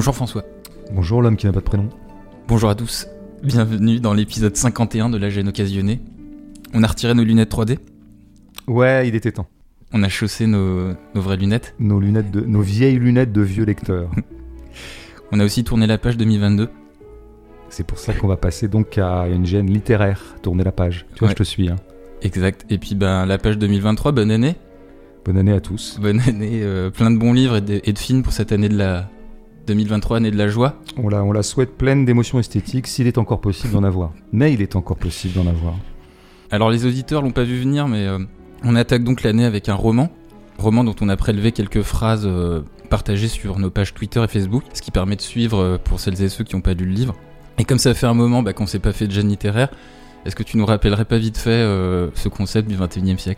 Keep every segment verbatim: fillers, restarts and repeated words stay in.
Bonjour François. Bonjour l'homme qui n'a pas de prénom. Bonjour à tous. Bienvenue dans l'épisode cinquante et un de La Gêne Occasionnée. On a retiré nos lunettes trois D. Ouais, il était temps. On a chaussé nos, nos vraies lunettes. Nos lunettes de, nos vieilles lunettes de vieux lecteurs. On a aussi tourné la page deux mille vingt-deux. C'est pour ça qu'on va passer donc à une gêne littéraire, tourner la page. Tu vois, ouais. Je te suis. Hein. Exact. Et puis ben, la page deux mille vingt-trois, bonne année. Bonne année à tous. Bonne année, euh, plein de bons livres et de, et de films pour cette année de la deux mille vingt-trois, année de la joie. On la, on la souhaite pleine d'émotions esthétiques, s'il est encore possible d'en avoir. Mais il est encore possible d'en avoir. Alors les auditeurs l'ont pas vu venir, mais euh, on attaque donc l'année avec un roman. Roman dont on a prélevé quelques phrases euh, partagées sur nos pages Twitter et Facebook, ce qui permet de suivre euh, pour celles et ceux qui n'ont pas lu le livre. Et comme ça fait un moment bah, qu'on s'est pas fait de gêne littéraire, est-ce que tu nous rappellerais pas vite fait euh, ce concept du vingt et unième siècle ?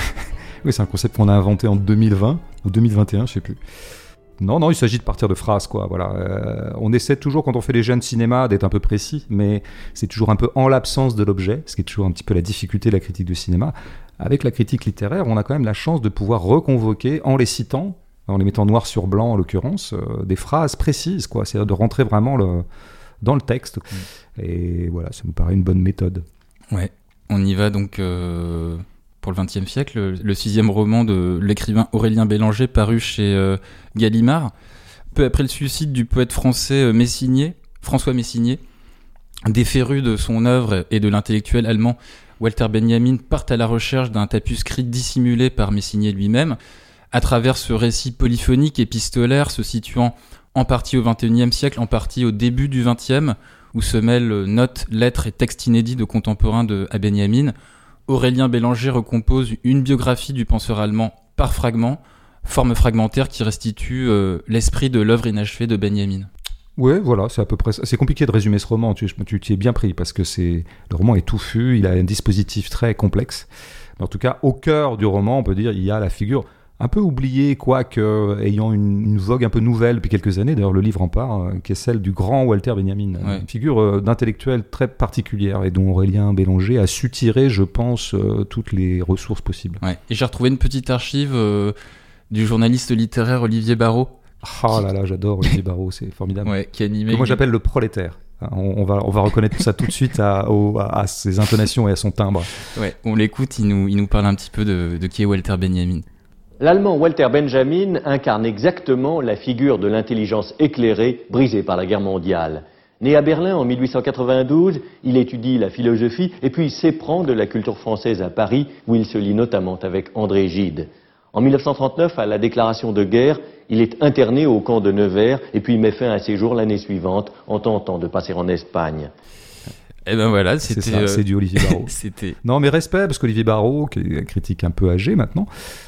Oui, c'est un concept qu'on a inventé en deux mille vingt ou deux mille vingt et un, je sais plus. Non, non, il s'agit de partir de phrases, quoi. Voilà. Euh, on essaie toujours, quand on fait les gênes cinéma, d'être un peu précis, mais c'est toujours un peu en l'absence de l'objet, ce qui est toujours un petit peu la difficulté de la critique de cinéma. Avec la critique littéraire, on a quand même la chance de pouvoir reconvoquer, en les citant, en les mettant noir sur blanc en l'occurrence, euh, des phrases précises, quoi. C'est-à-dire de rentrer vraiment le, dans le texte. Mmh. Et voilà, ça nous paraît une bonne méthode. Ouais, on y va donc... Euh... pour le vingtième siècle, le sixième roman de l'écrivain Aurélien Bélanger paru chez euh, Gallimard, peu après le suicide du poète français euh, Messigné, François Messigné. Des férus de son œuvre et de l'intellectuel allemand Walter Benjamin partent à la recherche d'un tapuscrit dissimulé par Messigné lui-même, à travers ce récit polyphonique épistolaire se situant en partie au vingt et unième siècle, en partie au début du vingtième, où se mêlent notes, lettres et textes inédits de contemporains de à Benjamin. Aurélien Bélanger recompose une biographie du penseur allemand par fragments, forme fragmentaire qui restitue euh, l'esprit de l'œuvre inachevée de Benjamin. Ouais, voilà, c'est à peu près ça. C'est compliqué de résumer ce roman, tu, tu t'y es bien pris, parce que c'est, le roman est touffu, il a un dispositif très complexe. Mais en tout cas, au cœur du roman, on peut dire, il y a la figure un peu oubliée, quoique ayant une, une vogue un peu nouvelle depuis quelques années, d'ailleurs le livre en parle, qui est celle du grand Walter Benjamin. Ouais. Une figure d'intellectuel très particulière et dont Aurélien Bélanger a su tirer, je pense, euh, toutes les ressources possibles. Ouais. Et j'ai retrouvé une petite archive euh, du journaliste littéraire Olivier Barraud. Ah là là, j'adore Olivier Barraud, c'est formidable. Ouais, qui animé. Que moi j'appelle le prolétaire. On, on, va, on va reconnaître ça tout de suite à, au, à ses intonations et à son timbre. Ouais, on l'écoute, il nous, il nous parle un petit peu de, de qui est Walter Benjamin. L'Allemand Walter Benjamin incarne exactement la figure de l'intelligence éclairée brisée par la guerre mondiale. Né à Berlin en mille huit cent quatre-vingt-douze, il étudie la philosophie et puis s'éprend de la culture française à Paris, où il se lie notamment avec André Gide. En mille neuf cent trente-neuf, à la déclaration de guerre, il est interné au camp de Nevers et puis met fin à ses jours l'année suivante en tentant de passer en Espagne. Et ben voilà, c'était... C'est ça, euh... c'est du Olivier Barraud. c'était... Non mais respect, parce qu'Olivier Barraud, qui est un critique un peu âgé maintenant,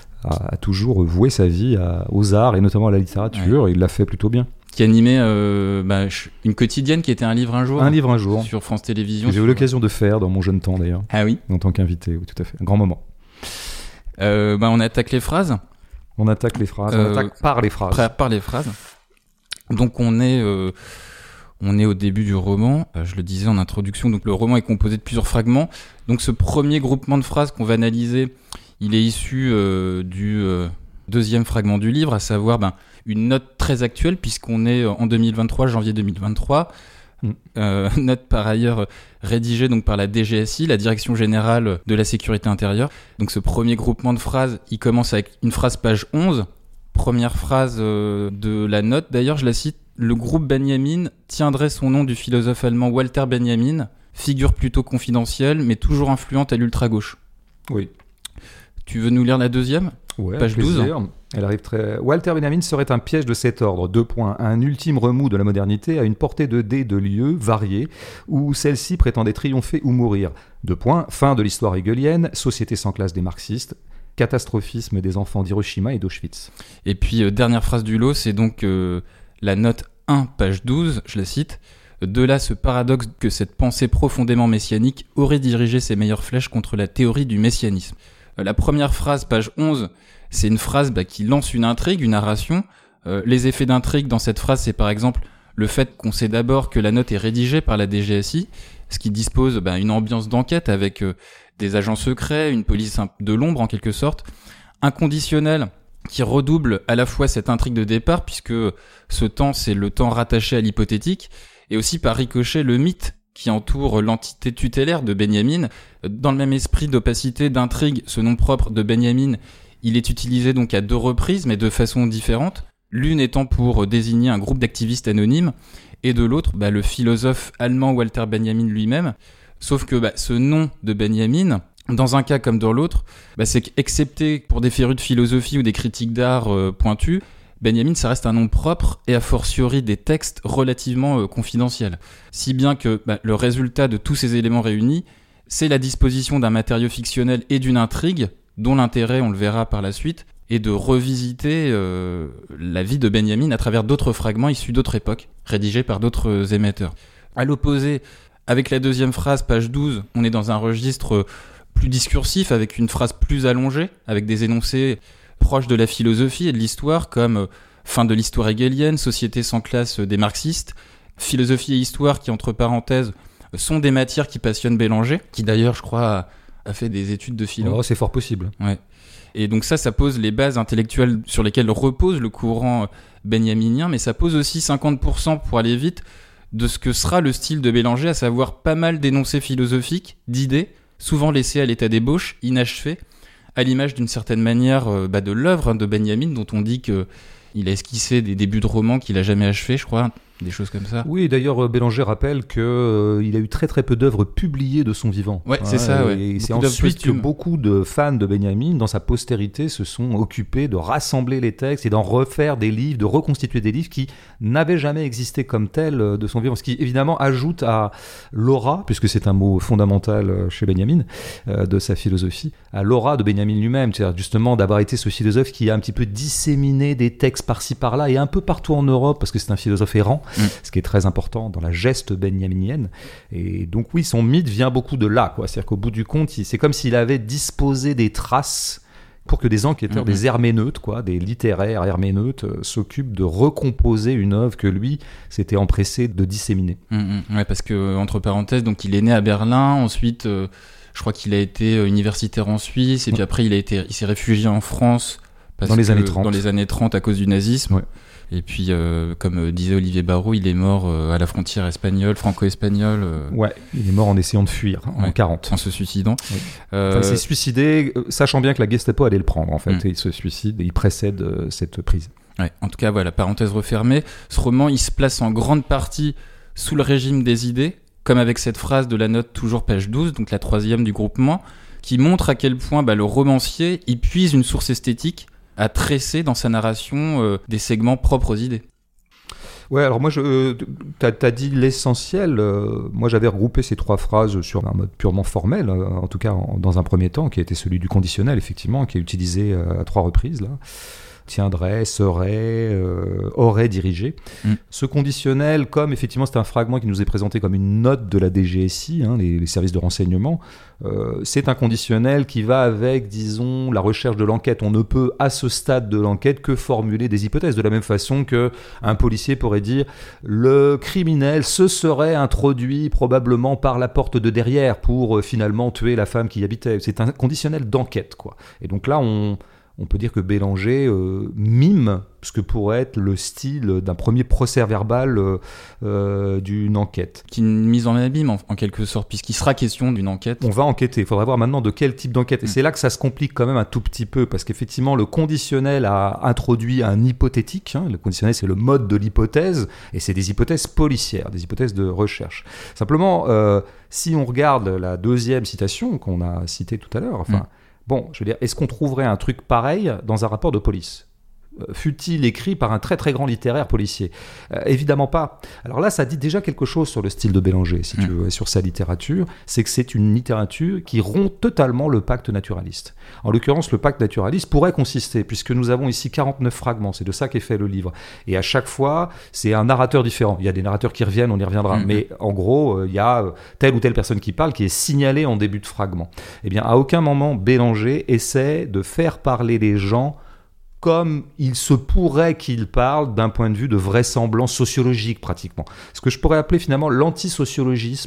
a toujours voué sa vie à, aux arts et notamment à la littérature, ouais. Et il l'a fait plutôt bien. Qui animait euh, bah, une quotidienne qui était un livre un jour. Un livre un jour. Sur France Télévisions. J'ai eu l'occasion de faire dans mon jeune temps d'ailleurs. Ah oui. En tant qu'invité, oui, tout à fait. Un grand moment. Euh, bah, on attaque les phrases. On attaque les phrases. Euh, on attaque par les phrases. Par, par les phrases. Donc on est, euh, on est au début du roman. Euh, je le disais en introduction. Donc le roman est composé de plusieurs fragments. Donc ce premier groupement de phrases qu'on va analyser, il est issu euh, du euh, deuxième fragment du livre, à savoir ben, une note très actuelle, puisqu'on est en deux mille vingt-trois, janvier deux mille vingt-trois. Mm. Euh, note par ailleurs rédigée donc, par la D G S I, la Direction Générale de la Sécurité Intérieure. Donc ce premier groupement de phrases, il commence avec une phrase page onze. Première phrase euh, de la note, d'ailleurs, je la cite. Le groupe Benjamin tiendrait son nom du philosophe allemand Walter Benjamin, figure plutôt confidentielle, mais toujours influente à l'ultra-gauche. Oui. Tu veux nous lire la deuxième ? Ouais, page douze. Elle arrive très... Walter Benjamin serait un piège de cet ordre. Deux points. Un ultime remous de la modernité à une portée de dés de lieux variés où celle-ci prétendait triompher ou mourir. Deux points. Fin de l'histoire hegelienne. Société sans classe des marxistes. Catastrophisme des enfants d'Hiroshima et d'Auschwitz. Et puis, euh, dernière phrase du lot, c'est donc euh, la note un, page douze, je la cite. De là ce paradoxe que cette pensée profondément messianique aurait dirigé ses meilleures flèches contre la théorie du messianisme. Euh, la première phrase, page onze, c'est une phrase bah, qui lance une intrigue, une narration. Euh, les effets d'intrigue dans cette phrase, c'est par exemple le fait qu'on sait d'abord que la note est rédigée par la D G S I, ce qui dispose bah, une ambiance d'enquête avec euh, des agents secrets, une police de l'ombre en quelque sorte. Un conditionnel qui redouble à la fois cette intrigue de départ, puisque ce temps, c'est le temps rattaché à l'hypothétique, et aussi par ricochet le mythe qui entoure l'entité tutélaire de Benjamin. Dans le même esprit d'opacité, d'intrigue, ce nom propre de Benjamin, il est utilisé donc à deux reprises, mais de façon différente. L'une étant pour désigner un groupe d'activistes anonymes, et de l'autre, bah, le philosophe allemand Walter Benjamin lui-même. Sauf que bah, ce nom de Benjamin, dans un cas comme dans l'autre, bah, c'est qu'excepté pour des férus de philosophie ou des critiques d'art euh, pointus, Benjamin, ça reste un nom propre et a fortiori des textes relativement euh, confidentiels. Si bien que bah, le résultat de tous ces éléments réunis, c'est la disposition d'un matériau fictionnel et d'une intrigue, dont l'intérêt, on le verra par la suite, est de revisiter euh, la vie de Benjamin à travers d'autres fragments issus d'autres époques, rédigés par d'autres émetteurs. À l'opposé, avec la deuxième phrase, page douze, on est dans un registre plus discursif, avec une phrase plus allongée, avec des énoncés proches de la philosophie et de l'histoire, comme fin de l'histoire hegelienne, société sans classe des marxistes, philosophie et histoire qui, entre parenthèses, sont des matières qui passionnent Bélanger, qui d'ailleurs, je crois, a fait des études de philo. Oh, c'est fort possible. Ouais. Et donc ça, ça pose les bases intellectuelles sur lesquelles repose le courant benjaminien, mais ça pose aussi cinquante pour cent, pour aller vite, de ce que sera le style de Bélanger, à savoir pas mal d'énoncés philosophiques, d'idées, souvent laissées à l'état d'ébauche, inachevées, à l'image d'une certaine manière euh, bah, de l'œuvre hein, de Benjamin, dont on dit qu'il a esquissé des débuts de romans qu'il a jamais achevés, je crois, des choses comme ça. Oui, d'ailleurs, Bélanger rappelle qu'il euh, a eu très très peu d'œuvres publiées de son vivant. Ouais, c'est ça, ouais. Et c'est ensuite que beaucoup de fans de Benjamin, dans sa postérité, se sont occupés de rassembler les textes et d'en refaire des livres, de reconstituer des livres qui n'avaient jamais existé comme tels de son vivant. Ce qui, évidemment, ajoute à l'aura, puisque c'est un mot fondamental chez Benjamin, euh, de sa philosophie, à l'aura de Benjamin lui-même. C'est-à-dire justement d'avoir été ce philosophe qui a un petit peu disséminé des textes par-ci par-là et un peu partout en Europe, parce que c'est un philosophe errant. Mmh. Ce qui est très important dans la geste benjaminienne. Et donc oui, son mythe vient beaucoup de là, quoi. C'est-à-dire qu'au bout du compte, c'est comme s'il avait disposé des traces pour que des enquêteurs, mmh. des herméneutes, quoi, des littéraires herméneutes, euh, s'occupent de recomposer une œuvre que lui s'était empressé de disséminer. Mmh, ouais, parce que, entre parenthèses, donc il est né à Berlin, ensuite, euh, je crois qu'il a été universitaire en Suisse, et puis mmh. après il, a été, il s'est réfugié en France parce dans les que, années trente. Dans les années trente à cause du nazisme. Ouais. Et puis, euh, comme disait Olivier Barrault, il est mort euh, à la frontière espagnole, franco-espagnole. Euh, ouais, il est mort en essayant de fuir, en ouais, quarante. En se suicidant. Ouais. Euh... Enfin, il s'est suicidé, euh, sachant bien que la Gestapo allait le prendre, en fait. Mm. Et il se suicide et il précède euh, cette prise. Ouais, en tout cas, voilà, parenthèse refermée. Ce roman, il se place en grande partie sous le régime des idées, comme avec cette phrase de la note toujours page douze, donc la troisième du groupement, qui montre à quel point bah, le romancier y puise une source esthétique à tresser dans sa narration euh, des segments propres aux idées. Ouais, alors moi, je, euh, t'as, t'as dit l'essentiel. Euh, moi, j'avais regroupé ces trois phrases sur un mode purement formel, euh, en tout cas en, dans un premier temps, qui était celui du conditionnel, effectivement, qui est utilisé euh, à trois reprises, là. Tiendrait, serait, euh, aurait dirigé. Mm. Ce conditionnel, comme effectivement c'est un fragment qui nous est présenté comme une note de la D G S I, hein, les, les services de renseignement, euh, c'est un conditionnel qui va avec, disons, la recherche de l'enquête. On ne peut, à ce stade de l'enquête, que formuler des hypothèses, de la même façon qu'un policier pourrait dire « le criminel se serait introduit probablement par la porte de derrière pour euh, finalement tuer la femme qui y habitait ». C'est un conditionnel d'enquête, quoi. Et donc là, on... On peut dire que Bélanger euh, mime ce que pourrait être le style d'un premier procès-verbal euh, euh, d'une enquête. Qui est une mise en abîme, en, en quelque sorte, puisqu'il sera question d'une enquête. On va enquêter, il faudra voir maintenant de quel type d'enquête. Et mmh. c'est là que ça se complique quand même un tout petit peu, parce qu'effectivement, le conditionnel a introduit un hypothétique. Hein. Le conditionnel, c'est le mode de l'hypothèse, et c'est des hypothèses policières, des hypothèses de recherche. Simplement, euh, si on regarde la deuxième citation qu'on a citée tout à l'heure, enfin... Mmh. Bon, je veux dire, est-ce qu'on trouverait un truc pareil dans un rapport de police ? euh, Fut-il écrit par un très très grand littéraire policier ? euh, Évidemment pas. Alors là, ça dit déjà quelque chose sur le style de Bélanger, si mmh. tu veux, et sur sa littérature, c'est que c'est une littérature qui rompt totalement le pacte naturaliste. En l'occurrence, le pacte naturaliste pourrait consister, puisque nous avons ici quarante-neuf fragments, c'est de ça qu'est fait le livre, et à chaque fois, c'est un narrateur différent. Il y a des narrateurs qui reviennent, on y reviendra, mmh. mais en gros, euh, il y a telle ou telle personne qui parle, qui est signalée en début de fragment. Eh bien, à aucun moment, Bélanger essaie de faire parler les gens comme il se pourrait qu'il parle d'un point de vue de vraisemblance sociologique, pratiquement. Ce que je pourrais appeler finalement l'antisociologisme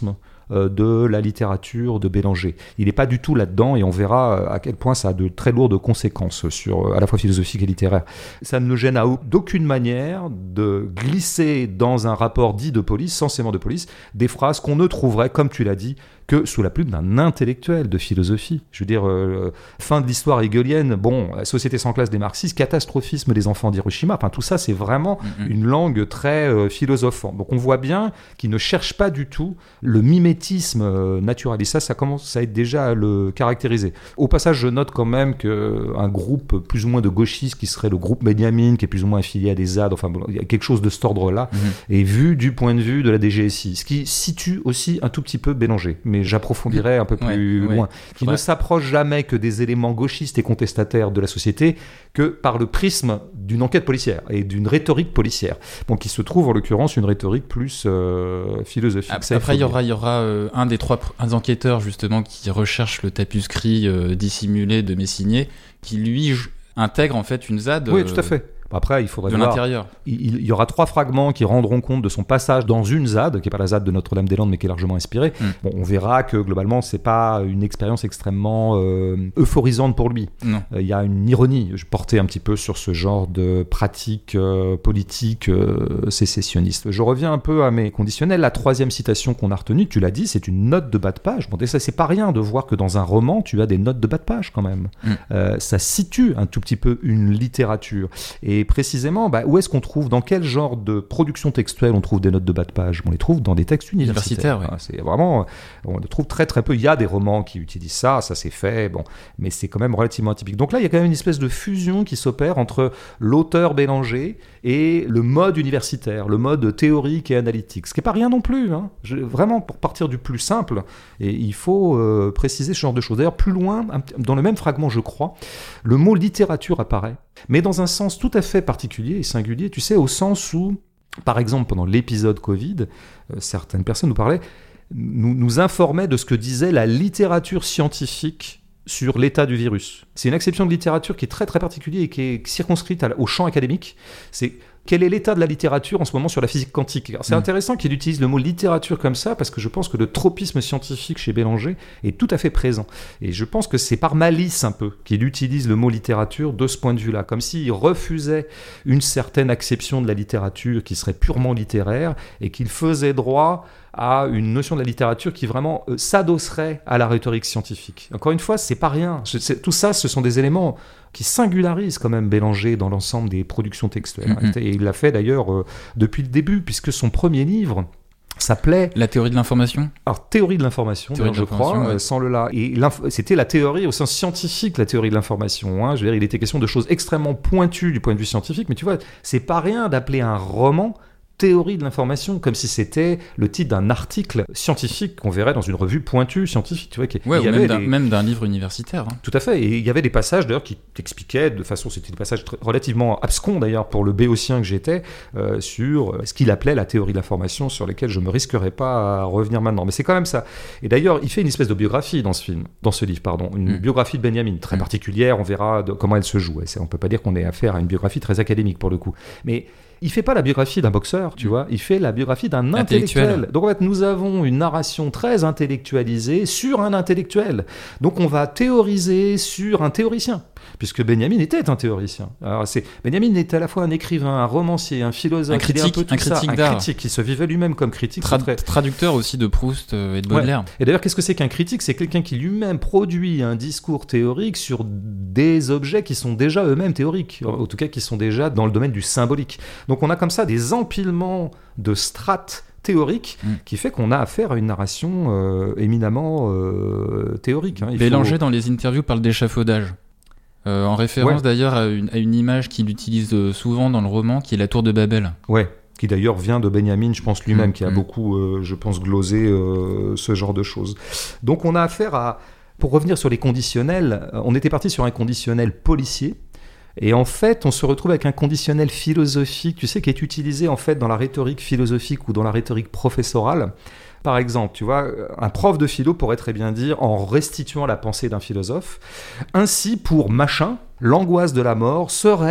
euh, de la littérature de Bélanger. Il n'est pas du tout là-dedans et on verra à quel point ça a de très lourdes conséquences sur à la fois philosophique et littéraire. Ça ne le gêne à d'aucune manière de glisser dans un rapport dit de police, censément de police, des phrases qu'on ne trouverait, comme tu l'as dit, que sous la plume d'un intellectuel de philosophie. Je veux dire, euh, fin de l'histoire hegelienne, bon, société sans classe des marxistes, catastrophisme des enfants d'Hiroshima, enfin tout ça c'est vraiment mm-hmm. une langue très euh, philosophante. Donc on voit bien qu'il ne cherche pas du tout le mimétisme euh, naturaliste. Ça, ça commence à être déjà à le caractériser. Au passage, je note quand même qu'un groupe plus ou moins de gauchistes, qui serait le groupe Benjamin, qui est plus ou moins affilié à des Z A D, enfin bon, il y a quelque chose de cet ordre-là, mm-hmm. est vu du point de vue de la D G S I, ce qui situe aussi un tout petit peu Bélanger. Mais j'approfondirai un peu plus ouais, loin, ouais. qui ouais. ne s'approche jamais que des éléments gauchistes et contestataires de la société que par le prisme d'une enquête policière et d'une rhétorique policière. Donc il se trouve en l'occurrence une rhétorique plus euh, philosophique. Après, après il y aura, il y aura euh, un des trois un enquêteurs justement qui recherche le tapuscrit euh, dissimulé de Messigné, qui lui intègre en fait une Z A D. Oui, euh, tout à fait. Après, il faudrait de voir. l'intérieur. Il, il y aura trois fragments qui rendront compte de son passage dans une Z A D, qui n'est pas la Z A D de Notre-Dame-des-Landes, mais qui est largement inspirée. Mm. Bon, on verra que globalement, c'est pas une expérience extrêmement euh, euphorisante pour lui. Il euh, y a une ironie portée un petit peu sur ce genre de pratique euh, politique euh, sécessionniste. Je reviens un peu à mes conditionnels. La troisième citation qu'on a retenue, tu l'as dit, c'est une note de bas de page. Bon, ça, c'est pas rien de voir que dans un roman, tu as des notes de bas de page quand même. Mm. Euh, ça situe un tout petit peu une littérature. Et Et précisément, bah, où est-ce qu'on trouve, dans quel genre de production textuelle on trouve des notes de bas de page ? On les trouve dans des textes universitaires. Ouais. Ah, c'est vraiment, on les trouve très très peu. Il y a des romans qui utilisent ça, ça c'est fait, bon, mais c'est quand même relativement atypique. Donc là, il y a quand même une espèce de fusion qui s'opère entre l'auteur Bélanger et le mode universitaire, le mode théorique et analytique. Ce qui n'est pas rien non plus. Hein. Je, vraiment, pour partir du plus simple, et il faut euh, préciser ce genre de choses. D'ailleurs, plus loin, dans le même fragment, je crois, le mot littérature apparaît, mais dans un sens tout à fait particulier et singulier, tu sais, au sens où, par exemple, pendant l'épisode Covid, euh, certaines personnes nous parlaient, nous, nous informaient de ce que disait la littérature scientifique sur l'état du virus. C'est une acception de littérature qui est très très particulière et qui est circonscrite à, au champ académique. C'est quel est l'état de la littérature en ce moment sur la physique quantique ? Alors, c'est mmh. intéressant qu'il utilise le mot littérature comme ça, parce que je pense que le tropisme scientifique chez Bélanger est tout à fait présent. Et je pense que c'est par malice un peu qu'il utilise le mot littérature de ce point de vue-là, comme s'il refusait une certaine acception de la littérature qui serait purement littéraire et qu'il faisait droit à une notion de la littérature qui vraiment euh, s'adosserait à la rhétorique scientifique. Encore une fois, c'est pas rien. C'est, tout ça, ce sont des éléments qui singularisent quand même Bélanger dans l'ensemble des productions textuelles. Mm-hmm. Et il l'a fait d'ailleurs euh, depuis le début, puisque son premier livre s'appelait... La théorie de l'information ? Alors, théorie de l'information, théorie de je l'information, crois, ouais. euh, sans le là. Et c'était la théorie au sens scientifique, la théorie de l'information. Hein. Je veux dire, il était question de choses extrêmement pointues du point de vue scientifique, mais tu vois, c'est pas rien d'appeler un roman théorie de l'information, comme si c'était le titre d'un article scientifique qu'on verrait dans une revue pointue scientifique. Tu vois, qui, ouais, il y ou avait même, d'un, des... même d'un livre universitaire. Hein. Tout à fait. Et il y avait des passages d'ailleurs qui t'expliquaient, de façon, c'était des passages très, relativement abscons d'ailleurs pour le béotien que j'étais, euh, sur ce qu'il appelait la théorie de l'information, sur lesquels je me risquerais pas à revenir maintenant. Mais c'est quand même ça. Et d'ailleurs, il fait une espèce de biographie dans ce film, dans ce livre, pardon, une mmh. biographie de Benjamin très mmh. particulière. On verra de, comment elle se joue. Et c'est, on peut pas dire qu'on ait affaire à une biographie très académique pour le coup. Mais il fait pas la biographie d'un boxeur, tu vois, il fait la biographie d'un intellectuel. Donc en fait, nous avons une narration très intellectualisée sur un intellectuel. Donc on va théoriser sur un théoricien, puisque Benjamin était un théoricien. Alors c'est Benjamin était à la fois un écrivain, un romancier, un philosophe, un critique, un, peu tout un critique ça, d'art, un critique qui se vivait lui-même comme critique. Tra- très... Traducteur aussi de Proust et de Baudelaire. Ouais. Et d'ailleurs, qu'est-ce que c'est qu'un critique ? C'est quelqu'un qui lui-même produit un discours théorique sur des objets qui sont déjà eux-mêmes théoriques, en tout cas qui sont déjà dans le domaine du symbolique. Donc on a comme ça des empilements de strates théoriques mmh. qui fait qu'on a affaire à une narration euh, éminemment euh, théorique. Hein. Bélanger faut... dans les interviews parle d'échafaudage. Euh, en référence ouais. d'ailleurs à une, à une image qu'il utilise souvent dans le roman, qui est la tour de Babel. Ouais, qui d'ailleurs vient de Benjamin, je pense lui-même, mmh. qui a mmh. beaucoup, euh, je pense, glosé euh, ce genre de choses. Donc on a affaire à... Pour revenir sur les conditionnels, on était parti sur un conditionnel policier. Et en fait, on se retrouve avec un conditionnel philosophique, tu sais, qui est utilisé en fait dans la rhétorique philosophique ou dans la rhétorique professorale. Par exemple, tu vois, un prof de philo pourrait très bien dire, en restituant la pensée d'un philosophe, ainsi pour machin, l'angoisse de la mort serait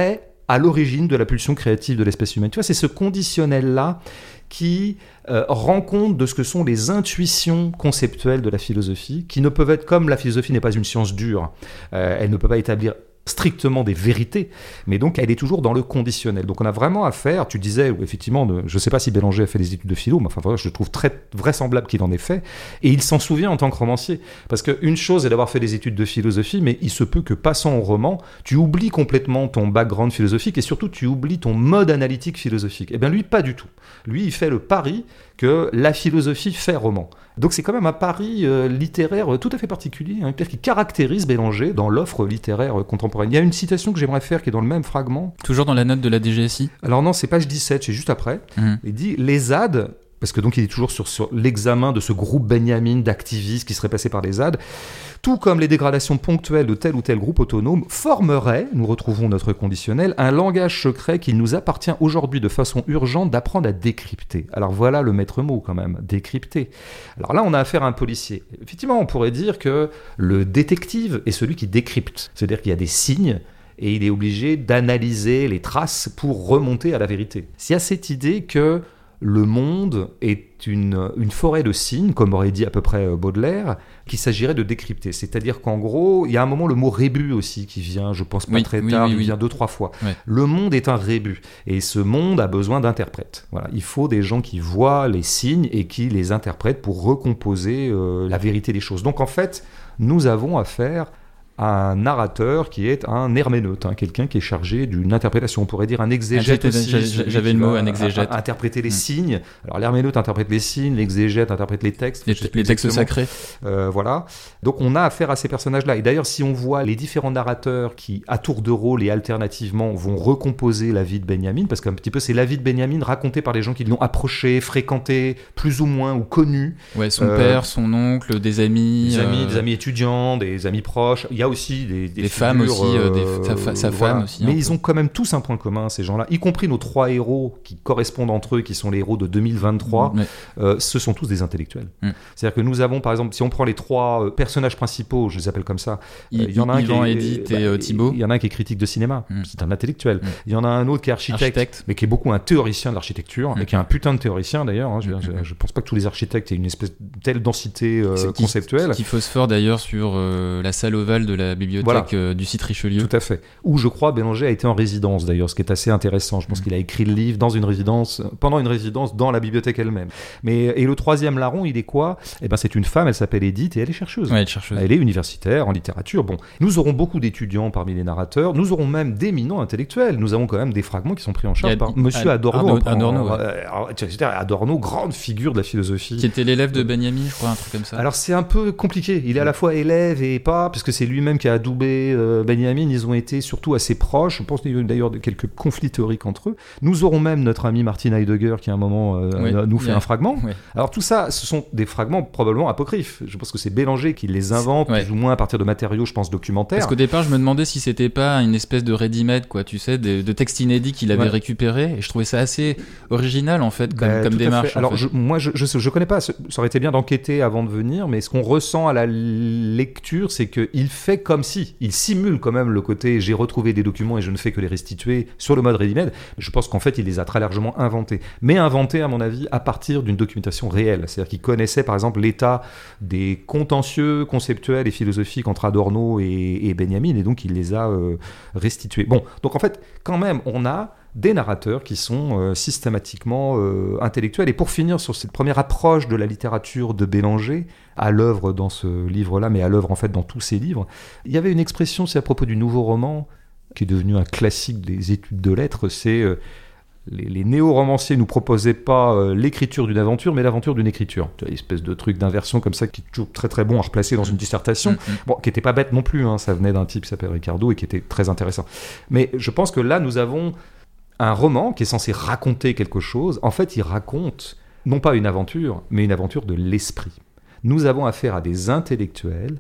à l'origine de la pulsion créative de l'espèce humaine. Tu vois, c'est ce conditionnel-là qui euh, rend compte de ce que sont les intuitions conceptuelles de la philosophie, qui ne peuvent être, comme la philosophie n'est pas une science dure, euh, elle ne peut pas établir strictement des vérités, mais donc elle est toujours dans le conditionnel. Donc on a vraiment affaire, tu disais, effectivement, de, je ne sais pas si Bélanger a fait des études de philo, mais enfin voilà, je trouve très vraisemblable qu'il en ait fait, et il s'en souvient en tant que romancier. Parce qu'une chose est d'avoir fait des études de philosophie, mais il se peut que passant au roman, tu oublies complètement ton background philosophique, et surtout tu oublies ton mode analytique philosophique. Eh bien lui, pas du tout. Lui, il fait le pari que la philosophie fait roman. Donc c'est quand même un pari euh, littéraire tout à fait particulier, hein, qui caractérise Bélanger dans l'offre littéraire contemporaine. Il y a une citation que j'aimerais faire qui est dans le même fragment. Toujours dans la note de la D G S I ? Alors non, c'est page dix-sept, c'est juste après. Mmh. Il dit « Les Z A D », parce que donc il est toujours sur, sur l'examen de ce groupe Benjamin d'activistes qui seraient passés par les Z A D, tout comme les dégradations ponctuelles de tel ou tel groupe autonome, formeraient, nous retrouvons notre conditionnel, un langage secret qu'il nous appartient aujourd'hui de façon urgente d'apprendre à décrypter. Alors voilà le maître mot quand même, décrypter. Alors là, on a affaire à un policier. Effectivement, on pourrait dire que le détective est celui qui décrypte. C'est-à-dire qu'il y a des signes et il est obligé d'analyser les traces pour remonter à la vérité. Il y a cette idée que le monde est une, une forêt de signes, comme aurait dit à peu près Baudelaire, qu'il s'agirait de décrypter. C'est-à-dire qu'en gros, il y a un moment le mot rébus aussi qui vient, je pense pas oui, très oui, tard, oui, il oui. vient deux, trois fois. Ouais. Le monde est un rébus. Et ce monde a besoin d'interprètes. Voilà. Il faut des gens qui voient les signes et qui les interprètent pour recomposer euh, la vérité des choses. Donc en fait, nous avons affaire un narrateur qui est un herméneute, hein, quelqu'un qui est chargé d'une interprétation. On pourrait dire un exégète ah, aussi. J'avais le mot, un exégète. Interpréter les mmh. signes. Alors l'herméneute interprète les signes, l'exégète interprète les textes. Les, les textes sacrés. Euh, voilà. Donc on a affaire à ces personnages-là. Et d'ailleurs, si on voit les différents narrateurs qui, à tour de rôle et alternativement, vont recomposer la vie de Benjamin, parce qu'un petit peu c'est la vie de Benjamin racontée par les gens qui l'ont approché, fréquenté, plus ou moins, ou connu. Ouais, son euh, père, son oncle, des amis. Des amis, euh... des amis étudiants, des amis proches. Il y a aussi des, des, des figures, femmes aussi, euh, des, sa, sa voilà. femme aussi. Mais ils peu. ont quand même tous un point commun, ces gens-là, y compris nos trois héros qui correspondent entre eux, qui sont les héros de deux mille vingt-trois. Mmh, euh, ce sont tous des intellectuels. Mmh. C'est-à-dire que nous avons, par exemple, si on prend les trois euh, personnages principaux, je les appelle comme ça, il euh, y, y en a un Yvan, qui est, Edith bah, et euh, Thibaut. Il y en a un qui est critique de cinéma, mmh. c'est un intellectuel. Mmh. Il y en a un autre qui est architecte, architecte. mais qui est beaucoup un théoricien de l'architecture, mmh. et qui est un putain de théoricien d'ailleurs. Hein, je, mmh. je, je pense pas que tous les architectes aient une espèce de telle densité euh, conceptuelle. Qui, qui phosphore d'ailleurs sur euh, la salle ovale de la bibliothèque voilà. euh, du site Richelieu. Tout à fait. Où je crois Bélanger a été en résidence d'ailleurs, ce qui est assez intéressant. Je pense mmh. qu'il a écrit le livre dans une résidence, pendant une résidence dans la bibliothèque elle-même. Mais, et le troisième larron, il est quoi ? Eh ben, c'est une femme, elle s'appelle Edith et elle est chercheuse. Ouais, elle est chercheuse. Elle est universitaire en littérature. Bon, nous aurons beaucoup d'étudiants parmi les narrateurs, nous aurons même d'éminents intellectuels. Nous avons quand même des fragments qui sont pris en charge a, par Monsieur Adorno. Adorno, Adorno, ouais. euh, Adorno, grande figure de la philosophie. Qui était l'élève de Benjamin, je crois, un truc comme ça. Alors c'est un peu compliqué. Il est à la fois élève et pas, puisque c'est lui-même qui a adoubé euh, Benjamin. Ils ont été surtout assez proches. Je pense qu'il y a eu d'ailleurs quelques conflits théoriques entre eux. Nous aurons même notre ami Martin Heidegger qui à un moment euh, oui, nous fait yeah. un fragment. Oui. Alors tout ça, ce sont des fragments probablement apocryphes. Je pense que c'est Bélanger qui les invente, ouais. plus ou moins à partir de matériaux, je pense, documentaires. Parce qu'au départ, je me demandais si c'était pas une espèce de ready-made, quoi, tu sais, de, de textes inédits qu'il avait ouais. récupérés. Et je trouvais ça assez original, en fait, comme, bah, comme démarche. Alors fait. je, moi, je, je, je connais pas. Ça aurait été bien d'enquêter avant de venir, mais ce qu'on ressent à la lecture, c'est qu'il fait comme si, il simule quand même le côté j'ai retrouvé des documents et je ne fais que les restituer sur le mode ready-made. Je pense qu'en fait, il les a très largement inventés. Mais inventés, à mon avis, à partir d'une documentation réelle. C'est-à-dire qu'il connaissait, par exemple, l'état des contentieux conceptuels et philosophiques entre Adorno et, et Benjamin, et donc il les a euh, restitués. Bon, donc en fait, quand même, on a des narrateurs qui sont euh, systématiquement euh, intellectuels. Et pour finir sur cette première approche de la littérature de Bélanger, à l'œuvre dans ce livre-là, mais à l'œuvre en fait dans tous ses livres, il y avait une expression, c'est à propos du nouveau roman, qui est devenu un classique des études de lettres, c'est euh, les, les néo-romanciers nous proposaient pas euh, l'écriture d'une aventure, mais l'aventure d'une écriture. Tu vois, une espèce de truc d'inversion comme ça qui est toujours très très bon à replacer dans une dissertation, mmh. bon, qui était pas bête non plus, hein, ça venait d'un type qui s'appelle Ricardo et qui était très intéressant. Mais je pense que là, nous avons un roman qui est censé raconter quelque chose. En fait, il raconte non pas une aventure, mais une aventure de l'esprit. Nous avons affaire à des intellectuels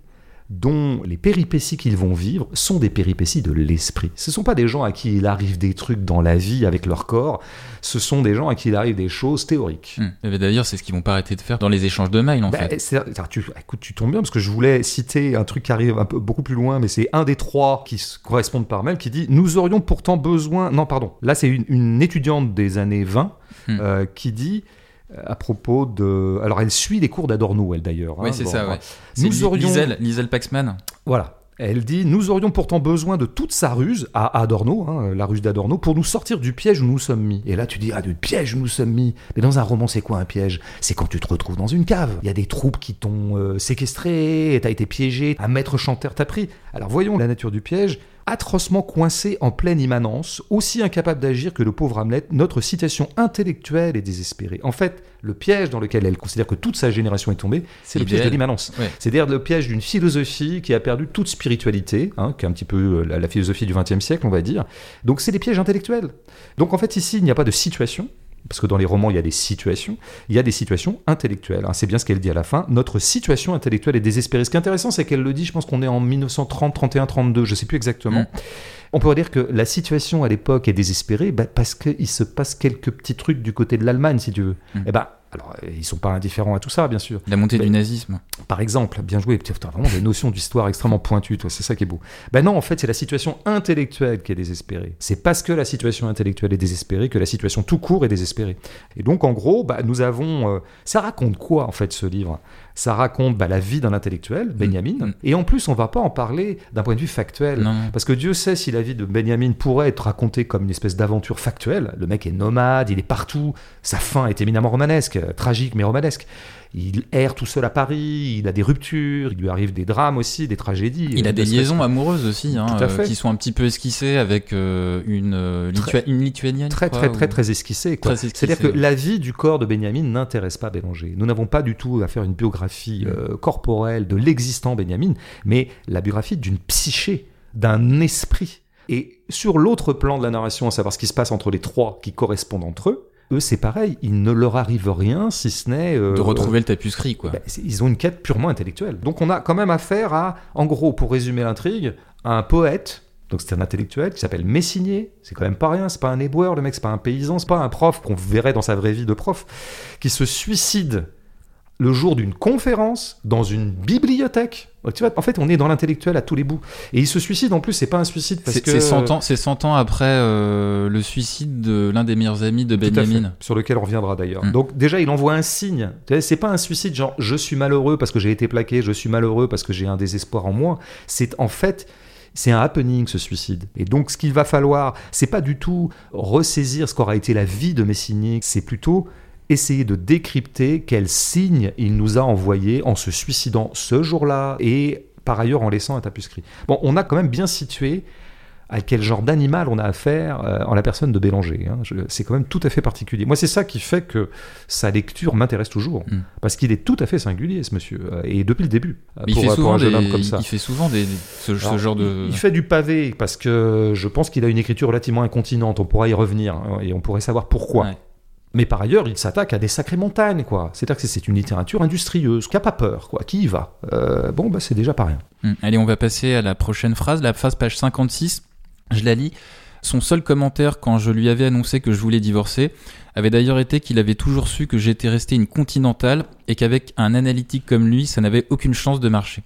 dont les péripéties qu'ils vont vivre sont des péripéties de l'esprit. Ce ne sont pas des gens à qui il arrive des trucs dans la vie avec leur corps, ce sont des gens à qui il arrive des choses théoriques. Mmh. Et d'ailleurs, c'est ce qu'ils vont pas arrêter de faire dans les échanges de mails, en bah, fait. C'est, tu, écoute, tu tombes bien, parce que je voulais citer un truc qui arrive un peu, beaucoup plus loin, mais c'est un des trois qui se correspondent par mail, qui dit « Nous aurions pourtant besoin... » Non, pardon. Là, c'est une, une étudiante des années vingt mmh. euh, qui dit... à propos de... Alors, elle suit les cours d'Adorno, elle, d'ailleurs. Oui, hein, c'est bon, ça, ouais. Nous c'est aurions... Liesel, Liesel Paxman. Voilà. Elle dit « Nous aurions pourtant besoin de toute sa ruse, à Adorno, hein, la ruse d'Adorno, pour nous sortir du piège où nous sommes mis. » Et là, tu dis « Ah, du piège où nous sommes mis !» Mais dans un roman, c'est quoi un piège ? C'est quand tu te retrouves dans une cave. Il y a des troupes qui t'ont euh, séquestré, t'as été piégé, un maître chanteur t'a pris. Alors, voyons la nature du piège. Atrocement coincé en pleine immanence, aussi incapable d'agir que le pauvre Hamlet, notre situation intellectuelle est désespérée. En fait, le piège dans lequel elle considère que toute sa génération est tombée, c'est Idéal. le piège de l'immanence. Ouais. C'est-à-dire le piège d'une philosophie qui a perdu toute spiritualité, hein, qui est un petit peu la, la philosophie du vingtième siècle, on va dire. Donc c'est des pièges intellectuels. Donc en fait, ici, il n'y a pas de situation, parce que dans les romans, il y a des situations, il y a des situations intellectuelles. Hein. C'est bien ce qu'elle dit à la fin. Notre situation intellectuelle est désespérée. Ce qui est intéressant, c'est qu'elle le dit, je pense qu'on est en dix-neuf cent trente, trente et un, trente-deux, je ne sais plus exactement. Mmh. On pourrait dire que la situation à l'époque est désespérée bah, parce qu'il se passe quelques petits trucs du côté de l'Allemagne, si tu veux. Mmh. Et ben, alors, ils ne sont pas indifférents à tout ça, bien sûr. La montée mais, du nazisme. Par exemple, bien joué. Tu as vraiment des notions d'histoire extrêmement pointues, toi. C'est ça qui est beau. Ben non, en fait, c'est la situation intellectuelle qui est désespérée. C'est parce que la situation intellectuelle est désespérée que la situation tout court est désespérée. Et donc, en gros, bah, nous avons... Euh, ça raconte quoi, en fait, ce livre ? Ça raconte bah, la vie d'un intellectuel, Benjamin. Mmh. Et en plus, on ne va pas en parler d'un point de vue factuel. Non. Parce que Dieu sait si la vie de Benjamin pourrait être racontée comme une espèce d'aventure factuelle. Le mec est nomade, il est partout. Sa fin est éminemment romanesque, tragique mais romanesque. Il erre tout seul à Paris, il a des ruptures, il lui arrive des drames aussi, des tragédies. Il a des liaisons amoureuses aussi, hein, tout à fait. Euh, qui sont un petit peu esquissées avec euh, une, euh, Litua- très, une lituanienne. Très, crois, très, ou... très, très esquissée. Quoi. Très esquissée. C'est-à-dire que la vie du corps de Benjamin n'intéresse pas Bélanger. Nous n'avons pas du tout à faire une biographie euh, corporelle de l'existant Benjamin, mais la biographie d'une psyché, d'un esprit. Et sur l'autre plan de la narration, à savoir ce qui se passe entre les trois qui correspondent entre eux, eux, c'est pareil, il ne leur arrive rien si ce n'est... Euh, de retrouver euh, le tapuscrit, quoi. Bah, ils ont une quête purement intellectuelle. Donc on a quand même affaire à, en gros, pour résumer l'intrigue, à un poète, donc c'est un intellectuel, qui s'appelle Messigné, c'est quand même pas rien, c'est pas un éboueur, le mec, c'est pas un paysan, c'est pas un prof qu'on verrait dans sa vraie vie de prof, qui se suicide le jour d'une conférence dans une bibliothèque. Tu vois, en fait, on est dans l'intellectuel à tous les bouts. Et il se suicide, en plus, c'est pas un suicide parce c'est, que... C'est cent ans, c'est cent ans après euh, le suicide de l'un des meilleurs amis de Benjamin. Sur lequel on reviendra d'ailleurs. Mm. Donc déjà, il envoie un signe. C'est pas un suicide genre « je suis malheureux parce que j'ai été plaqué, je suis malheureux parce que j'ai un désespoir en moi ». C'est en fait... C'est un happening, ce suicide. Et donc, ce qu'il va falloir, c'est pas du tout ressaisir ce qu'aura été la vie de Messigné, c'est plutôt... essayer de décrypter quel signe il nous a envoyé en se suicidant ce jour-là et par ailleurs en laissant un tapuscrit. Bon, on a quand même bien situé à quel genre d'animal on a affaire euh, en la personne de Bélanger. Hein. Je, c'est quand même tout à fait particulier. Moi, c'est ça qui fait que sa lecture m'intéresse toujours. Mm. Parce qu'il est tout à fait singulier, ce monsieur. Euh, et depuis le début. Mais pour, il, fait pour un jeune des, homme comme ça. il fait souvent des, ce, Alors, ce genre de... Il, il fait du pavé parce que je pense qu'il a une écriture relativement incontinente. On pourra y revenir hein, et on pourrait savoir pourquoi. Ouais. Mais par ailleurs, il s'attaque à des sacrées montagnes, quoi. C'est-à-dire que c'est une littérature industrieuse, qui n'a pas peur, quoi, qui y va. Euh, bon, bah, c'est déjà pas rien. Mmh. Allez, on va passer à la prochaine phrase, la phrase page cinquante-six. Je la lis. Son seul commentaire quand je lui avais annoncé que je voulais divorcer avait d'ailleurs été qu'il avait toujours su que j'étais resté une continentale et qu'avec un analytique comme lui, ça n'avait aucune chance de marcher.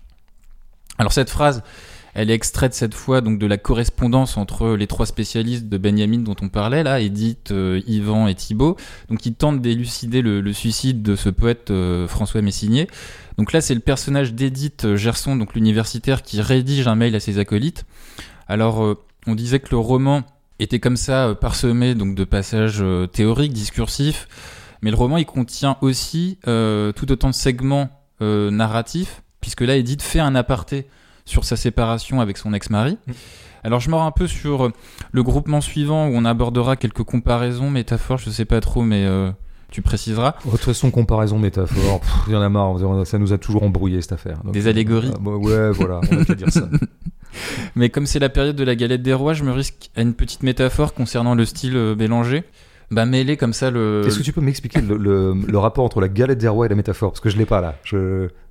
Alors cette phrase... Elle est extraite cette fois donc de la correspondance entre les trois spécialistes de Benjamin dont on parlait là, Édith, euh, Yvan et Thibaut, donc qui tentent d'élucider le, le suicide de ce poète euh, François Messigné. Donc là, c'est le personnage d'Édith Gerson, donc l'universitaire, qui rédige un mail à ses acolytes. Alors, euh, on disait que le roman était comme ça euh, parsemé donc de passages euh, théoriques, discursifs, mais le roman il contient aussi euh, tout autant de segments euh, narratifs, puisque là, Édith fait un aparté sur sa séparation avec son ex-mari. Alors je mords un peu sur le groupement suivant où on abordera quelques comparaisons, métaphores, je sais pas trop, mais euh, tu préciseras. De toute façon, comparaison, métaphore, il y en a marre, ça nous a toujours embrouillé cette affaire. Donc, des allégories. Euh, bah, ouais, voilà, on va te dire ça. Mais comme c'est la période de la galette des rois, je me risque à une petite métaphore concernant le style euh, Bélanger. Bah mêler comme ça le... Est-ce que tu peux m'expliquer le, le, le rapport entre la galette des rois et la métaphore ? Parce que je l'ai pas là. Je...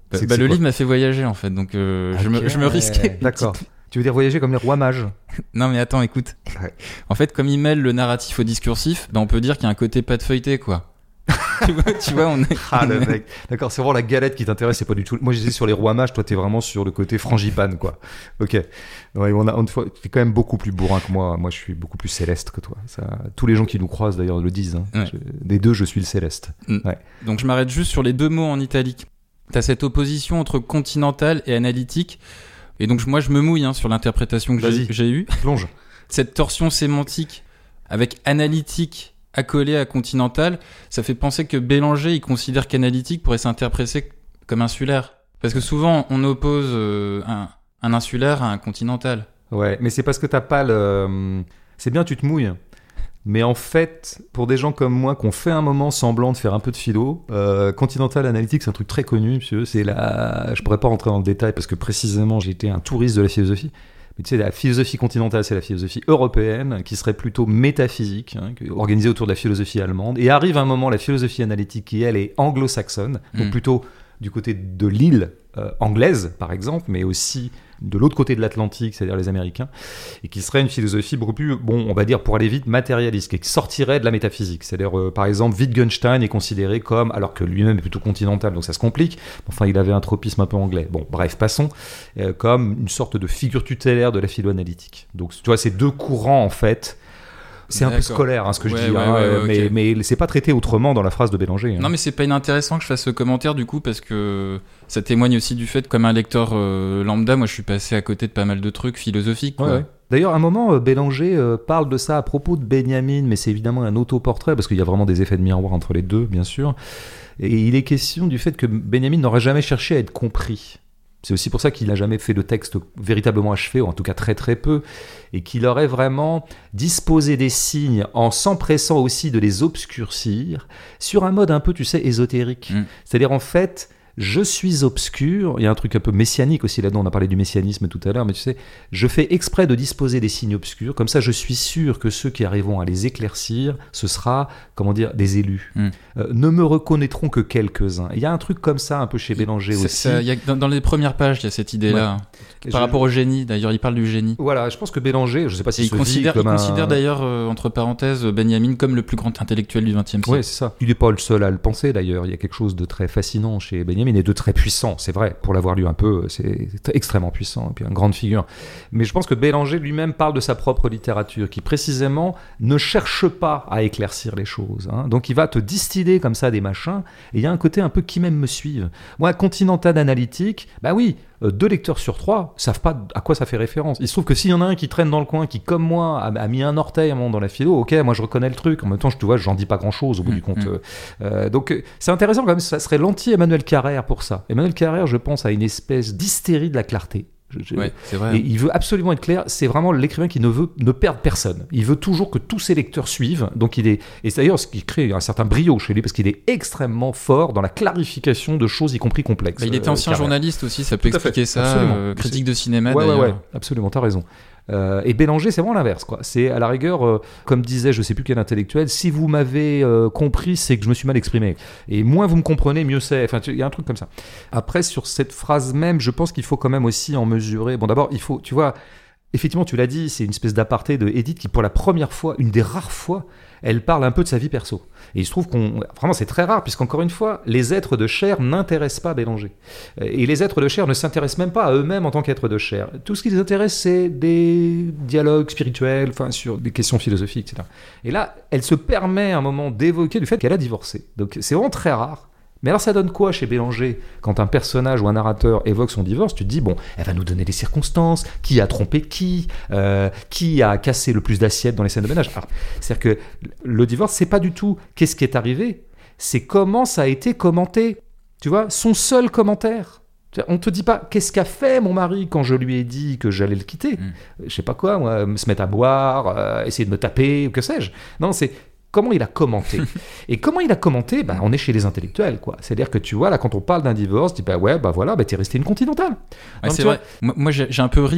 Bah, C'est- bah, c'est le quoi livre m'a fait voyager en fait, donc euh, je, me, Ok, je me risquais. une D'accord. petite- Tu veux dire voyager comme les rois mages? Non mais attends, écoute. Ouais. En fait, comme il mêle le narratif au discursif, bah, on peut dire qu'il y a un côté pas de feuilleté quoi. tu, vois, tu vois, on est. Ah le on est- mec, d'accord, c'est vraiment la galette qui t'intéresse, c'est pas du tout. Moi j'étais sur les rois mages, toi t'es vraiment sur le côté frangipane quoi. Ok, ouais, on a, on, t'es quand même beaucoup plus bourrin que moi. Moi je suis beaucoup plus céleste que toi. Ça, tous les gens qui nous croisent d'ailleurs le disent. Hein. Ouais. Je- des deux, je suis le céleste. Mm. Ouais. Donc je m'arrête juste sur les deux mots en italique. T'as cette opposition entre continental et analytique. Et donc moi je me mouille hein, sur l'interprétation que j'ai, Vas-y. j'ai eue. Plonge. Cette torsion sémantique avec analytique accolé à continental, ça fait penser que Bélanger il considère qu'analytique pourrait s'interpréter comme insulaire. Parce que souvent on oppose euh, un, un insulaire à un continental. Ouais, mais c'est parce que t'as pas le. C'est bien, tu te mouilles. Mais en fait, pour des gens comme moi qui ont fait un moment semblant de faire un peu de philo, euh, Continental Analytics, c'est un truc très connu, monsieur. C'est la. Je pourrais pas rentrer dans le détail parce que précisément j'ai été un touriste de la philosophie. Mais tu sais, la philosophie continentale, c'est la philosophie européenne, qui serait plutôt métaphysique, hein, organisée autour de la philosophie allemande. Et arrive un moment, la philosophie analytique, qui elle est anglo-saxonne, donc Mm. plutôt du côté de l'île euh, anglaise, par exemple, mais aussi de l'autre côté de l'Atlantique, c'est-à-dire les Américains, et qui serait une philosophie beaucoup plus, bon, on va dire pour aller vite, matérialiste, qui sortirait de la métaphysique. C'est-à-dire, euh, par exemple, Wittgenstein est considéré comme, alors que lui-même est plutôt continental, donc ça se complique, enfin, il avait un tropisme un peu anglais. Bon, bref, passons, euh, comme une sorte de figure tutélaire de la philo-analytique. Donc, tu vois, ces deux courants, en fait, c'est un peu D'accord. scolaire, hein, ce que Ouais, je dis, ouais, hein, ouais, euh, ouais, mais, ok. mais c'est pas traité autrement dans la phrase de Bélanger. Hein. Non mais c'est pas inintéressant que je fasse ce commentaire du coup parce que ça témoigne aussi du fait que comme un lecteur euh, lambda, moi je suis passé à côté de pas mal de trucs philosophiques. Quoi. Ouais, ouais. D'ailleurs, à un moment, euh, Bélanger euh, parle de ça à propos de Benjamin, mais c'est évidemment un autoportrait, parce qu'il y a vraiment des effets de miroir entre les deux, bien sûr. Et il est question du fait que Benjamin n'aurait jamais cherché à être compris. C'est aussi pour ça qu'il n'a jamais fait de texte véritablement achevé, ou en tout cas très très peu, et qu'il aurait vraiment disposé des signes en s'empressant aussi de les obscurcir, sur un mode un peu, tu sais, ésotérique. Mm. C'est-à-dire, en fait, je suis obscur, il y a un truc un peu messianique aussi là-dedans, on a parlé du messianisme tout à l'heure, mais tu sais, je fais exprès de disposer des signes obscurs, comme ça je suis sûr que ceux qui arriveront à les éclaircir, ce sera, comment dire, des élus. Mm. Euh, ne me reconnaîtront que quelques-uns. Il y a un truc comme ça un peu chez Bélanger C'est- aussi. ça, il y a, dans, dans les premières pages, il y a cette idée-là. Et Par je- rapport au génie, d'ailleurs, il parle du génie. Voilà, je pense que Bélanger, je sais pas Et s'il il se considère, vit il comme un... considère d'ailleurs, euh, entre parenthèses, Benjamin comme le plus grand intellectuel du vingtième siècle. Oui, c'est ça. Il n'est pas le seul à le penser d'ailleurs. Il y a quelque chose de très fascinant chez Benjamin et de très puissant, c'est vrai. Pour l'avoir lu un peu, c'est extrêmement puissant et puis une grande figure. Mais je pense que Bélanger lui-même parle de sa propre littérature qui précisément ne cherche pas à éclaircir les choses. Hein. Donc il va te distiller comme ça des machins et il y a un côté un peu qui même me suivent. Moi, Continental Analytique, bah oui, euh, deux lecteurs sur trois savent pas à quoi ça fait référence. Il se trouve que s'il y en a un qui traîne dans le coin, qui comme moi a, a mis un orteil à un moment dans la philo, ok, moi je reconnais le truc. En même temps, je, tu vois, j'en dis pas grand-chose au bout Mmh, du compte. mmh. Euh, donc euh, c'est intéressant quand même. Ça serait l'anti-Emmanuel Carrère pour ça. Emmanuel Carrère, je pense, a une espèce d'hystérie de la clarté. Je- je- Ouais, c'est vrai. Et il veut absolument être clair. C'est vraiment l'écrivain qui ne veut ne perdre personne. Il veut toujours que tous ses lecteurs suivent. Donc il est, et c'est d'ailleurs ce qui crée un certain brio chez lui parce qu'il est extrêmement fort dans la clarification de choses, y compris complexes. Bah, il était euh, ancien Carrère. journaliste aussi, ça peut Tout à fait, expliquer ça. absolument. euh, critique de cinéma Ouais, ouais, d'ailleurs. ouais, absolument, t'as raison. Euh, et Bélanger, c'est vraiment l'inverse, quoi. C'est à la rigueur, euh, comme disait je sais plus quel intellectuel, si vous m'avez euh, compris, c'est que je me suis mal exprimé. Et moins vous me comprenez, mieux c'est. Enfin, il y a un truc comme ça. Après, sur cette phrase même, je pense qu'il faut quand même aussi en mesurer. Bon, d'abord, il faut, tu vois, effectivement, tu l'as dit, c'est une espèce d'aparté de Edith qui, pour la première fois, une des rares fois, elle parle un peu de sa vie perso. Et il se trouve qu'on... Vraiment, c'est très rare, puisqu'encore une fois, les êtres de chair n'intéressent pas Bélanger. Et les êtres de chair ne s'intéressent même pas à eux-mêmes en tant qu'êtres de chair. Tout ce qui les intéresse, c'est des dialogues spirituels, enfin, sur des questions philosophiques, et cetera. Et là, elle se permet à un moment d'évoquer du fait qu'elle a divorcé. Donc, c'est vraiment très rare. Mais alors ça donne quoi chez Bélanger quand un personnage ou un narrateur évoque son divorce? Tu te dis, bon, elle va nous donner les circonstances, qui a trompé qui, euh, qui a cassé le plus d'assiettes dans les scènes de ménage. Alors, c'est-à-dire que le divorce, c'est pas du tout qu'est-ce qui est arrivé, c'est comment ça a été commenté. Tu vois, son seul commentaire. On te dit pas qu'est-ce qu'a fait mon mari quand je lui ai dit que j'allais le quitter. Mm. Je sais pas quoi, moi, se mettre à boire, euh, essayer de me taper, ou que sais-je. Non, c'est comment il a commenté. Et comment il a commenté, bah, on est chez les intellectuels, quoi. C'est-à-dire que tu vois, là, quand on parle d'un divorce, tu dis, bah ouais, bah voilà, bah t'es resté une continentale. Ouais, Donc, c'est tu vrai. Moi, moi, j'ai j'ai un peu ri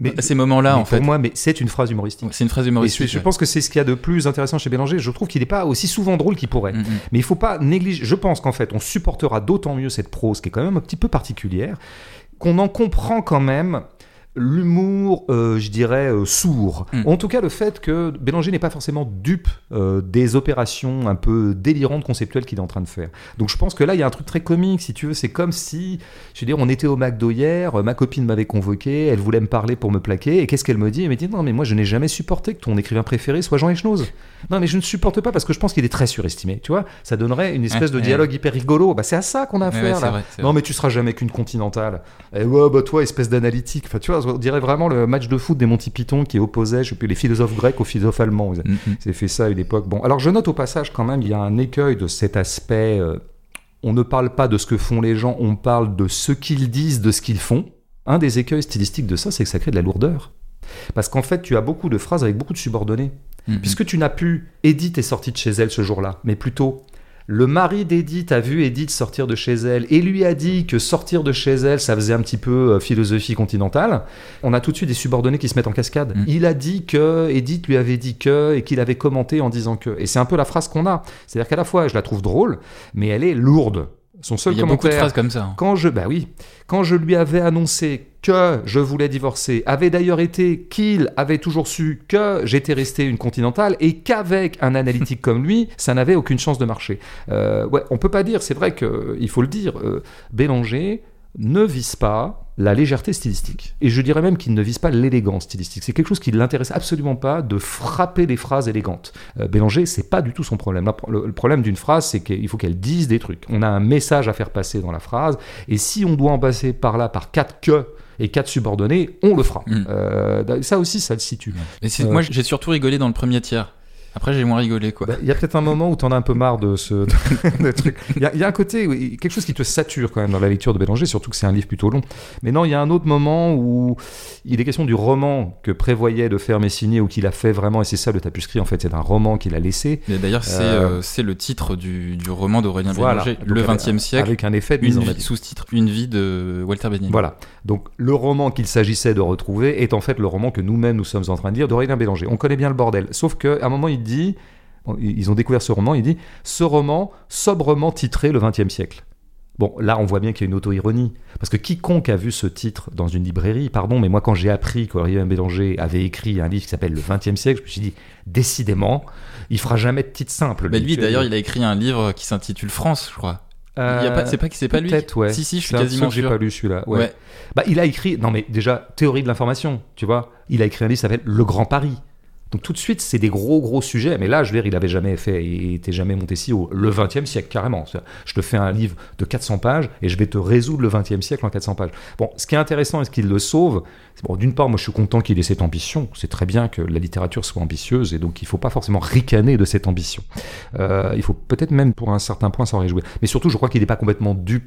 Mais, à ces moments-là, mais en fait. Pour moi, mais c'est une phrase humoristique. C'est une phrase humoristique. Et je, je pense que c'est ce qu'il y a de plus intéressant chez Bélanger. Je trouve qu'il n'est pas aussi souvent drôle qu'il pourrait. Mm-hmm. Mais il faut pas négliger. Je pense qu'en fait, on supportera d'autant mieux cette prose qui est quand même un petit peu particulière, qu'on en comprend quand même l'humour, euh, je dirais, euh, sourd. Mm. En tout cas, le fait que Bélanger n'est pas forcément dupe euh, des opérations un peu délirantes, conceptuelles qu'il est en train de faire. Donc je pense que là, il y a un truc très comique, si tu veux. C'est comme si, je veux dire, on était au McDo hier, euh, ma copine m'avait convoqué, elle voulait me parler pour me plaquer, et qu'est-ce qu'elle me dit ? Elle me dit, non, mais moi, je n'ai jamais supporté que ton écrivain préféré soit Jean Echnoz. Non, mais je ne supporte pas parce que je pense qu'il est très surestimé, tu vois. Ça donnerait une espèce ouais, de ouais. dialogue hyper rigolo. Bah, c'est à ça qu'on a affaire, ouais, là. Vrai, non, vrai. Mais tu seras jamais qu'une continentale. Et ouais, bah toi, espèce d'analytique. Enfin, tu vois, on dirait vraiment le match de foot des Monty Python qui opposait, je sais plus, les philosophes grecs aux philosophes allemands. Mm-hmm. C'est fait ça à une époque. Bon, alors je note au passage quand même, il y a un écueil de cet aspect. Euh, on ne parle pas de ce que font les gens, on parle de ce qu'ils disent, de ce qu'ils font. Un des écueils stylistiques de ça, c'est que ça crée de la lourdeur. Parce qu'en fait, tu as beaucoup de phrases avec beaucoup de subordonnés. Mm-hmm. Puisque tu n'as plus Edith est sortie de chez elle ce jour-là, mais plutôt le mari d'Edith a vu Edith sortir de chez elle et lui a dit que sortir de chez elle, ça faisait un petit peu euh, philosophie continentale. On a tout de suite des subordonnés qui se mettent en cascade. Mm. Il a dit que, Edith lui avait dit que, et qu'il avait commenté en disant que. Et c'est un peu la phrase qu'on a. C'est-à-dire qu'à la fois, je la trouve drôle, mais elle est lourde. Son seul Il y a commentaire, beaucoup de phrases comme ça. Hein. Quand je, bah oui, quand je lui avais annoncé que je voulais divorcer, avait d'ailleurs été qu'il avait toujours su que j'étais resté une continentale et qu'avec un analytique comme lui, ça n'avait aucune chance de marcher. Euh, ouais, on peut pas dire, c'est vrai qu'il faut le dire, euh, Bélanger ne vise pas la légèreté stylistique. Et je dirais même qu'il ne vise pas l'élégance stylistique. C'est quelque chose qui ne l'intéresse absolument pas de frapper les phrases élégantes. Euh, Bélanger, c'est pas du tout son problème. Le, le problème d'une phrase, c'est qu'il faut qu'elle dise des trucs. On a un message à faire passer dans la phrase, et si on doit en passer par là par quatre que et quatre subordonnés, on le fera. Mmh. Euh, ça aussi, ça le situe. Et c'est, euh, moi, j'ai surtout rigolé dans le premier tiers. Après, j'ai moins rigolé, quoi. Il bah, y a peut-être un moment où t'en as un peu marre de ce de, de truc. Il y, y a un côté, quelque chose qui te sature quand même dans la lecture de Bélanger, surtout que c'est un livre plutôt long. Mais non, il y a un autre moment où il est question du roman que prévoyait de faire Messigny ou qu'il a fait vraiment, et c'est ça le Tapuscrit, en fait, c'est un roman qu'il a laissé. Et d'ailleurs, c'est, euh... Euh, c'est le titre du, du roman d'Aurélien voilà. Bélanger, donc, le vingtième siècle. Avec un effet de mise en vie, sous-titre Une vie de Walter Benjamin. Voilà. Donc, le roman qu'il s'agissait de retrouver est en fait le roman que nous-mêmes nous sommes en train de lire d'Aurélien Bélanger. On connaît bien le bordel. Sauf qu'à un moment, il dit, ils ont découvert ce roman, il dit, ce roman sobrement titré le vingtième siècle. Bon, là, on voit bien qu'il y a une auto-ironie. Parce que quiconque a vu ce titre dans une librairie, pardon, mais moi, quand j'ai appris qu'Aurélien Bélanger avait écrit un livre qui s'appelle Le vingtième siècle, je me suis dit, décidément, il fera jamais de titre simple. Mais lui, d'ailleurs, il a écrit un livre qui s'intitule France, je crois. Euh, il y a pas, c'est pas, c'est pas lui. Peut-être, ouais. Si, si, je suis c'est quasiment sûr. J'ai pas lu celui-là. Ouais. ouais. Bah, il a écrit, non mais déjà, théorie de l'information, tu vois. Il a écrit un livre qui s'appelle Le Grand Paris. Donc tout de suite, c'est des gros, gros sujets. Mais là, je veux dire, il avait jamais fait, il était jamais monté si haut. Le vingtième siècle, carrément. Je te fais un livre de quatre cents pages et je vais te résoudre le vingtième siècle en quatre cents pages. Bon, ce qui est intéressant et ce qui le sauve, c'est bon, d'une part, moi, je suis content qu'il ait cette ambition. C'est très bien que la littérature soit ambitieuse et donc il faut pas forcément ricaner de cette ambition. Euh, il faut peut-être même, pour un certain point, s'en réjouir. Mais surtout, je crois qu'il n'est pas complètement dupe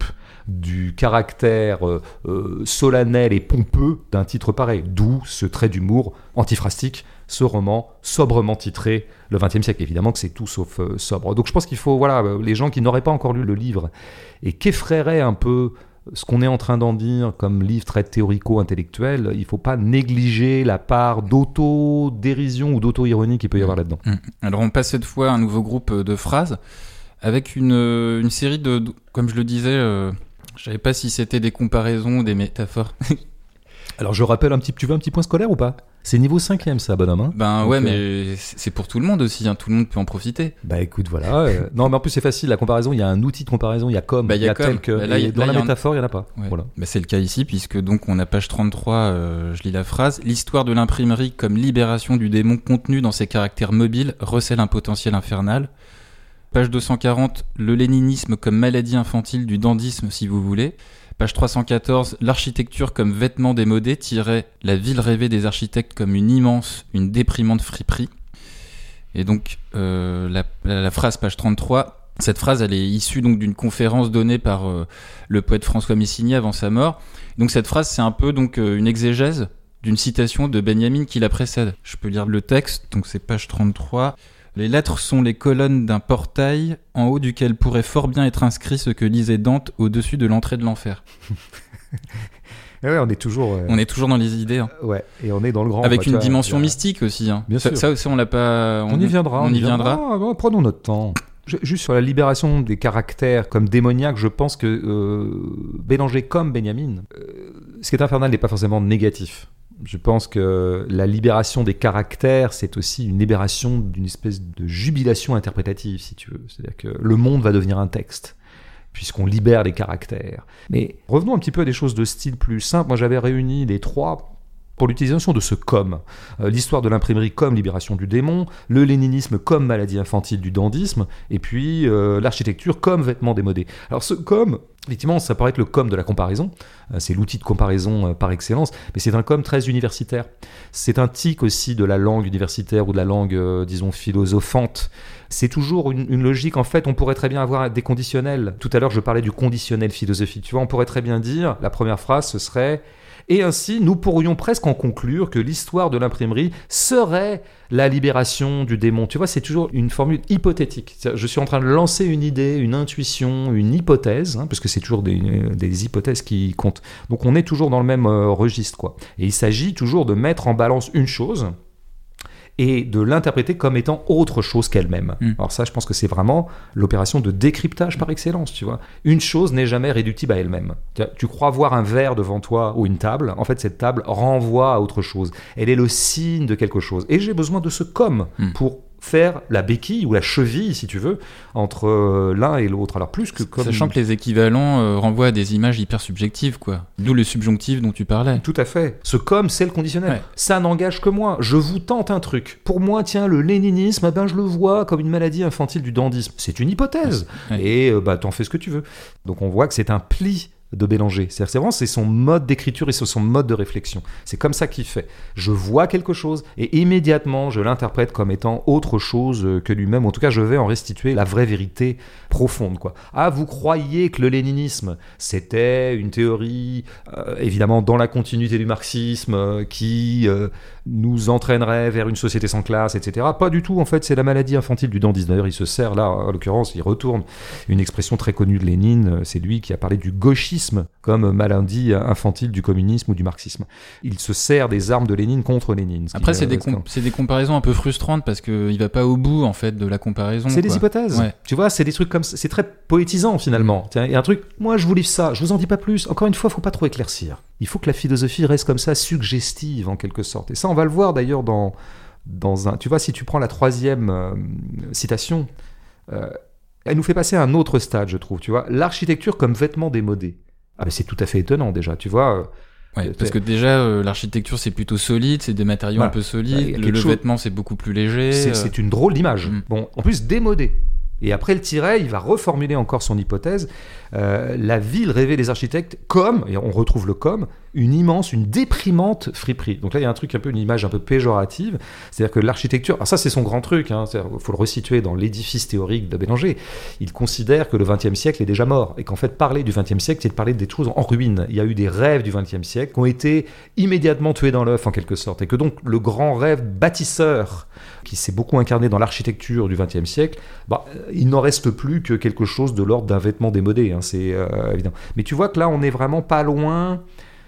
du caractère euh, euh, solennel et pompeux d'un titre pareil. D'où ce trait d'humour antiphrastique, ce roman sobrement titré le vingtième siècle. Évidemment que c'est tout sauf euh, sobre. Donc je pense qu'il faut, voilà, les gens qui n'auraient pas encore lu le livre et qu'effraierait un peu ce qu'on est en train d'en dire comme livre très théorico-intellectuel, il ne faut pas négliger la part d'auto-dérision ou d'auto-ironie qu'il peut y avoir là-dedans. Alors on passe cette fois à un nouveau groupe de phrases avec une, une série de, de, comme je le disais, euh, je ne savais pas si c'était des comparaisons ou des métaphores. Alors je rappelle un petit, tu veux un petit point scolaire ou pas ? C'est niveau cinquième ça, bonhomme. Hein ben donc, ouais, euh... mais c'est pour tout le monde aussi, hein. Tout le monde peut en profiter. Bah écoute, voilà. Euh... non, mais en plus c'est facile, la comparaison, il y a un outil de comparaison, il y a comme, bah, il y a, y a tel que. Bah, là, et dans là, la métaphore, il n'y en a pas. Ouais. Voilà. Bah, c'est le cas ici, puisque donc on a page trente-trois, euh, je lis la phrase. L'histoire de l'imprimerie comme libération du démon contenu dans ses caractères mobiles recèle un potentiel infernal. Page deux cent quarante, le léninisme comme maladie infantile du dandisme, si vous voulez. Page trois cent quatorze, l'architecture comme vêtement démodé, tirait la ville rêvée des architectes comme une immense, une déprimante friperie. Et donc, euh, la, la, la phrase, page trente-trois, cette phrase, elle est issue donc d'une conférence donnée par euh, le poète François Messigny avant sa mort. Donc cette phrase, c'est un peu donc euh, une exégèse d'une citation de Benjamin qui la précède. Je peux lire le texte, donc c'est page trente-trois. Les lettres sont les colonnes d'un portail en haut duquel pourrait fort bien être inscrit ce que lisait Dante au-dessus de l'entrée de l'enfer. Et ouais, on est toujours. Euh... On est toujours dans les idées. Hein. Euh, ouais, et on est dans le grand. Avec bah, une vois, dimension a... mystique aussi. Hein. Bien ça, sûr. Ça aussi, on l'a pas. On, on y viendra. On, on y viendra. viendra. Ah, prenons notre temps. Juste sur la libération des caractères comme démoniaques, je pense que euh, Bélanger comme Benjamin, euh, ce qui est infernal n'est pas forcément négatif. Je pense que la libération des caractères, c'est aussi une libération d'une espèce de jubilation interprétative, si tu veux. C'est-à-dire que le monde va devenir un texte, puisqu'on libère les caractères. Mais revenons un petit peu à des choses de style plus simple. Moi, j'avais réuni les trois pour l'utilisation de ce comme. Euh, l'histoire de l'imprimerie comme libération du démon, le léninisme comme maladie infantile du dandysme, et puis euh, l'architecture comme vêtement démodé. Alors ce comme, effectivement, ça paraît être le comme de la comparaison, euh, c'est l'outil de comparaison euh, par excellence, mais c'est un comme très universitaire. C'est un tic aussi de la langue universitaire ou de la langue, euh, disons, philosophante. C'est toujours une, une logique, en fait, on pourrait très bien avoir des conditionnels. Tout à l'heure, je parlais du conditionnel philosophique. Tu vois, on pourrait très bien dire, la première phrase, ce serait... Et ainsi, nous pourrions presque en conclure que l'histoire de l'imprimerie serait la libération du démon. Tu vois, c'est toujours une formule hypothétique. Je suis en train de lancer une idée, une intuition, une hypothèse, hein, parce que c'est toujours des, des hypothèses qui comptent. Donc on est toujours dans le même euh, registre, quoi. Et il s'agit toujours de mettre en balance une chose et de l'interpréter comme étant autre chose qu'elle-même. Mm. Alors ça, je pense que c'est vraiment l'opération de décryptage par excellence, tu vois. Une chose n'est jamais réductible à elle-même. Tu crois voir un verre devant toi ou une table, en fait, cette table renvoie à autre chose. Elle est le signe de quelque chose. Et j'ai besoin de ce comme mm. pour faire la béquille ou la cheville, si tu veux, entre euh, l'un et l'autre. Alors plus que comme... Sachant que les équivalents euh, renvoient à des images hyper subjectives, quoi. D'où le subjonctif dont tu parlais. Tout à fait. Ce comme, c'est le conditionnel. Ouais. Ça n'engage que moi. Je vous tente un truc. Pour moi, tiens, le léninisme, eh ben, je le vois comme une maladie infantile du dandysme. C'est une hypothèse. Ouais. Et euh, bah, t'en fais ce que tu veux. Donc on voit que c'est un pli de Bélanger. C'est-à-dire, c'est vraiment c'est son mode d'écriture et c'est son mode de réflexion. C'est comme ça qu'il fait. Je vois quelque chose et immédiatement, je l'interprète comme étant autre chose que lui-même. En tout cas, je vais en restituer la vraie vérité profonde, quoi. Ah, vous croyez que le léninisme, c'était une théorie, euh, évidemment, dans la continuité du marxisme, euh, qui euh, nous entraînerait vers une société sans classe, et cetera. Pas du tout, en fait, c'est la maladie infantile du dandysme. D'ailleurs, il se sert là, en l'occurrence, il retourne une expression très connue de Lénine. C'est lui qui a parlé du gauchisme comme maladie infantile du communisme ou du marxisme. Il se sert des armes de Lénine contre Lénine. Après, c'est des, com- c'est des comparaisons un peu frustrantes parce qu'il va pas au bout, en fait, de la comparaison. C'est quoi. Des hypothèses. Ouais. Tu vois, c'est des trucs comme ça. C'est très poétisant, finalement. Il y a un truc, moi, je vous livre ça, je vous en dis pas plus. Encore une fois, faut pas trop éclaircir. Il faut que la philosophie reste comme ça, suggestive, en quelque sorte. Et ça, on va le voir d'ailleurs dans, dans un... Tu vois, si tu prends la troisième euh, citation, euh, elle nous fait passer à un autre stade, je trouve. Tu vois, l'architecture comme vêtement démodé. Ah ben c'est tout à fait étonnant déjà, tu vois. Ouais, parce que déjà euh, l'architecture c'est plutôt solide, c'est des matériaux voilà. un peu solides, le, le chose... vêtement c'est beaucoup plus léger. C'est, c'est une drôle d'image. Mm. Bon, en plus démodé. Et après le tiret, il va reformuler encore son hypothèse. Euh, la ville rêvait des architectes comme, et on retrouve le comme, une immense, une déprimante friperie. Donc là, il y a un truc un peu, une image un peu péjorative. C'est-à-dire que l'architecture, alors ça c'est son grand truc, hein, il faut le resituer dans l'édifice théorique de Bélanger. Il considère que le vingtième siècle est déjà mort et qu'en fait parler du vingtième siècle, c'est de parler des choses en ruine. Il y a eu des rêves du vingtième siècle qui ont été immédiatement tués dans l'œuf en quelque sorte. Et que donc le grand rêve bâtisseur qui s'est beaucoup incarné dans l'architecture du vingtième siècle, bah, il n'en reste plus que quelque chose de l'ordre d'un vêtement démodé, hein, c'est euh, évident. Mais tu vois que là, on n'est vraiment pas loin.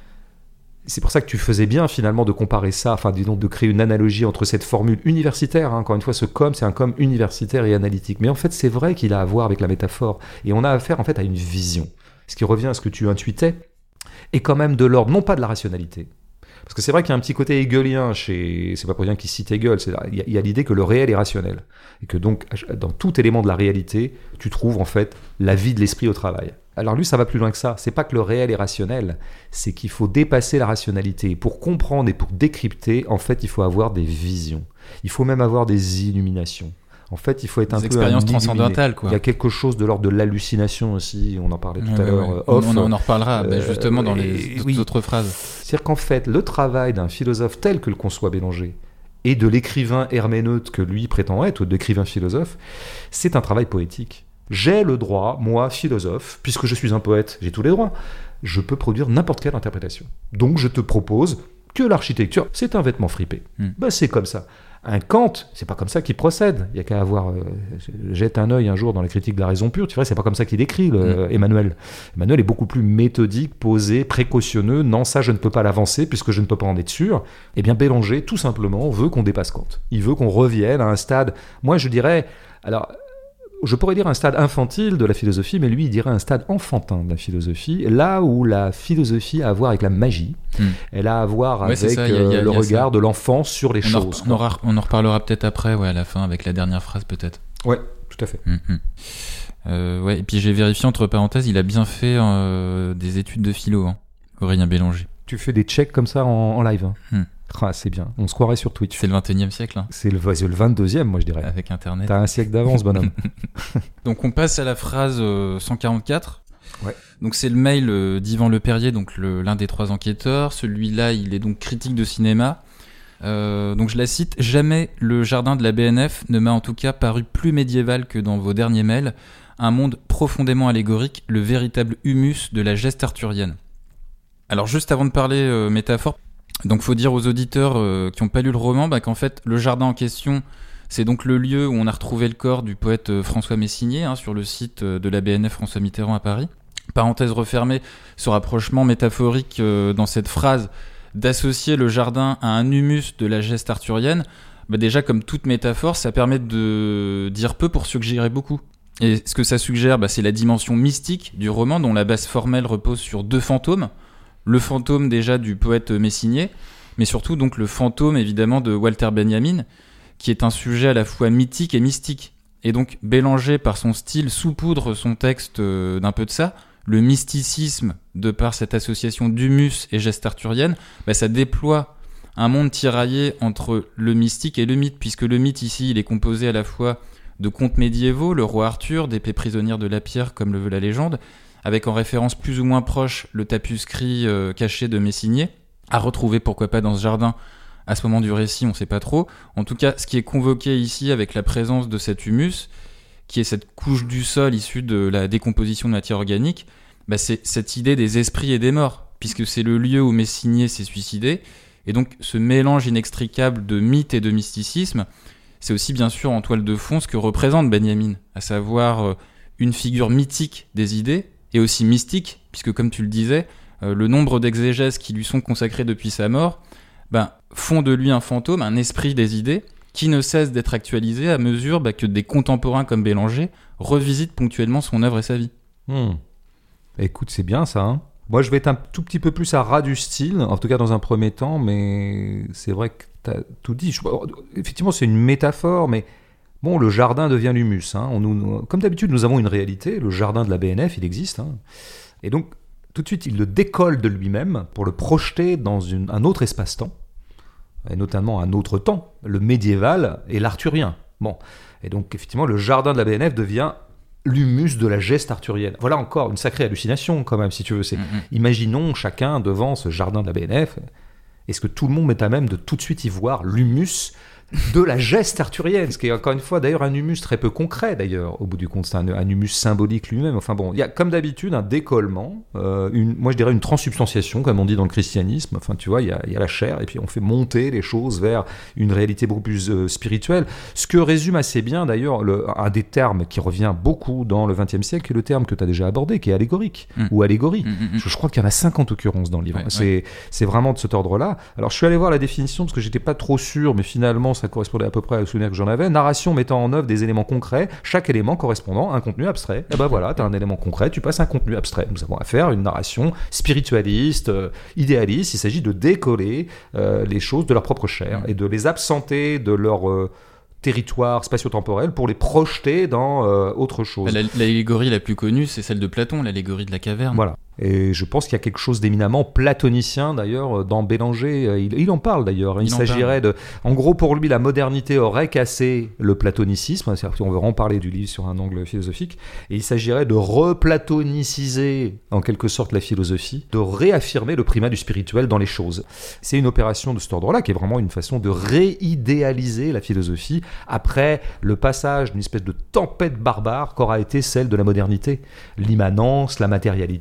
C'est pour ça que tu faisais bien finalement de comparer ça, enfin disons de créer une analogie entre cette formule universitaire, hein, encore une fois, ce comme, c'est un comme universitaire et analytique. Mais en fait, c'est vrai qu'il a à voir avec la métaphore. Et on a affaire en fait à une vision. Ce qui revient à ce que tu intuitais, est quand même de l'ordre, non pas de la rationalité. Parce que c'est vrai qu'il y a un petit côté hegelien chez... C'est pas pour rien qu'il cite Hegel, c'est... il, y a, il y a l'idée que le réel est rationnel. Et que donc, dans tout élément de la réalité, tu trouves en fait la vie de l'esprit au travail. Alors lui, ça va plus loin que ça. C'est pas que le réel est rationnel, c'est qu'il faut dépasser la rationalité. Et pour comprendre et pour décrypter, en fait, il faut avoir des visions. Il faut même avoir des illuminations. En fait, il faut être un des peu expériences transcendantales, quoi. Il y a quelque chose de l'ordre de l'hallucination aussi. On en parlait tout ouais, à l'heure. Ouais. Off. On, on en reparlera euh, bah, justement dans les et, autres, oui. autres phrases. C'est-à-dire qu'en fait, le travail d'un philosophe tel que le conçoit Bélanger et de l'écrivain herméneute que lui prétend être, ou de l'écrivain philosophe, c'est un travail poétique. J'ai le droit, moi, philosophe, puisque je suis un poète, j'ai tous les droits, je peux produire n'importe quelle interprétation. Donc je te propose que l'architecture, c'est un vêtement fripé. Mm. Ben, c'est comme ça. Un Kant, c'est pas comme ça qu'il procède. Il y a qu'à avoir euh, jette un œil un jour dans les critiques de la raison pure. Tu vois, c'est pas comme ça qu'il écrit le, mmh. Emmanuel. Emmanuel est beaucoup plus méthodique, posé, précautionneux. Non, ça je ne peux pas l'avancer puisque je ne peux pas en être sûr. Eh bien, Bélanger, tout simplement, veut qu'on dépasse Kant. Il veut qu'on revienne à un stade. Moi, je dirais, alors. Je pourrais dire un stade infantile de la philosophie, mais lui, il dirait un stade enfantin de la philosophie, là où la philosophie a à voir avec la magie, mmh. elle a à voir ouais, avec ça, y a, y a, le y a regard ça. de l'enfant sur les on choses. En, on, aura, on en reparlera peut-être après, ouais, à la fin, avec la dernière phrase peut-être. Ouais, tout à fait. Mmh. Euh, ouais, et puis j'ai vérifié, entre parenthèses, il a bien fait euh, des études de philo, hein, Aurélien Bélanger. Tu fais des checks comme ça en, en live hein. mmh. Ah, c'est bien, on se croirait sur Twitch. C'est le vingt et unième siècle. Hein. C'est le, le vingt-deuxième, moi je dirais. Avec Internet. T'as un siècle d'avance, bonhomme. Donc on passe à la phrase euh, cent quarante-quatre. Ouais. Donc c'est le mail euh, d'Yvan Leperrier, donc le, l'un des trois enquêteurs. Celui-là, il est donc critique de cinéma. Euh, donc je la cite. « Jamais le jardin de la B N F ne m'a en tout cas paru plus médiéval que dans vos derniers mails. Un monde profondément allégorique, le véritable humus de la geste arthurienne. » Alors juste avant de parler euh, métaphore, donc faut dire aux auditeurs euh, qui n'ont pas lu le roman bah, qu'en fait le jardin en question c'est donc le lieu où on a retrouvé le corps du poète euh, François Messigné hein, sur le site euh, de la B N F François Mitterrand à Paris. Parenthèse refermée, ce rapprochement métaphorique euh, dans cette phrase d'associer le jardin à un humus de la geste arthurienne, bah, déjà comme toute métaphore ça permet de dire peu pour suggérer beaucoup. Et ce que ça suggère bah, c'est la dimension mystique du roman dont la base formelle repose sur deux fantômes. Le fantôme déjà du poète Messigné, mais surtout donc le fantôme évidemment de Walter Benjamin, qui est un sujet à la fois mythique et mystique. Et donc Bélanger, par son style, saupoudre son texte euh, d'un peu de ça. Le mysticisme, de par cette association d'humus et geste arthurienne, bah, ça déploie un monde tiraillé entre le mystique et le mythe, puisque le mythe ici, il est composé à la fois de contes médiévaux, le roi Arthur, d'épées prisonnières de la pierre, comme le veut la légende, avec en référence plus ou moins proche le tapuscrit euh, caché de Messigné, à retrouver pourquoi pas dans ce jardin à ce moment du récit, on sait pas trop. En tout cas, ce qui est convoqué ici avec la présence de cet humus, qui est cette couche du sol issue de la décomposition de matière organique, bah c'est cette idée des esprits et des morts, puisque c'est le lieu où Messigné s'est suicidé, et donc ce mélange inextricable de mythe et de mysticisme, c'est aussi bien sûr en toile de fond ce que représente Benjamin, à savoir euh, une figure mythique des idées, et aussi mystique, puisque comme tu le disais, euh, le nombre d'exégèses qui lui sont consacrés depuis sa mort ben, font de lui un fantôme, un esprit des idées, qui ne cesse d'être actualisé à mesure bah, que des contemporains comme Bélanger revisitent ponctuellement son œuvre et sa vie. Hmm. Écoute, c'est bien ça. Hein. Moi, je vais être un tout petit peu plus à ras du style, en tout cas dans un premier temps, mais c'est vrai que tu as tout dit. Je... Effectivement, c'est une métaphore, mais... Bon, le jardin devient l'humus. Hein. On nous, comme d'habitude, nous avons une réalité. Le jardin de la B N F, il existe. Hein. Et donc, tout de suite, il le décolle de lui-même pour le projeter dans une, un autre espace-temps, et notamment un autre temps, le médiéval et l'arthurien. Bon. Et donc, effectivement, le jardin de la B N F devient l'humus de la geste arthurienne. Voilà encore une sacrée hallucination, quand même, si tu veux. C'est, mm-hmm. Imaginons chacun devant ce jardin de la B N F. Est-ce que tout le monde est à même de tout de suite y voir l'humus de la geste arthurienne, ce qui est encore une fois d'ailleurs un humus très peu concret d'ailleurs, au bout du compte c'est un, un humus symbolique lui-même. Enfin bon, il y a comme d'habitude un décollement, euh, une, moi je dirais une transsubstantiation comme on dit dans le christianisme. Enfin tu vois, il y a, il y a la chair et puis on fait monter les choses vers une réalité beaucoup plus euh, spirituelle. Ce que résume assez bien d'ailleurs le, un des termes qui revient beaucoup dans le vingtième siècle, qui est le terme que tu as déjà abordé, qui est allégorique mmh. ou allégorie. Mmh, mmh. Je, je crois qu'il y en a cinquante occurrences dans le livre. Ouais, c'est, ouais. c'est vraiment de cet ordre-là. Alors je suis allé voir la définition parce que j'étais pas trop sûr, mais finalement ça correspondait à peu près au souvenir que j'en avais. Narration mettant en œuvre des éléments concrets, chaque élément correspondant à un contenu abstrait. Et ben voilà, tu as un élément concret, tu passes à un contenu abstrait. Nous avons affaire à une narration spiritualiste, euh, idéaliste. Il s'agit de décoller euh, les choses de leur propre chair et de les absenter de leur euh, territoire spatio-temporel pour les projeter dans euh, autre chose. La, l'allégorie la plus connue, c'est celle de Platon, l'allégorie de la caverne. Voilà. Et je pense qu'il y a quelque chose d'éminemment platonicien d'ailleurs dans Bélanger. Il, il en parle d'ailleurs. Il, il s'agirait de, en gros pour lui, la modernité aurait cassé le platonicisme. C'est-à-dire qu'on veut en parler du livre sur un angle philosophique. Et il s'agirait de replatoniciser en quelque sorte la philosophie, de réaffirmer le primat du spirituel dans les choses. C'est une opération de cet ordre-là qui est vraiment une façon de réidéaliser la philosophie après le passage d'une espèce de tempête barbare qu'aura été celle de la modernité, l'immanence, la matérialité, le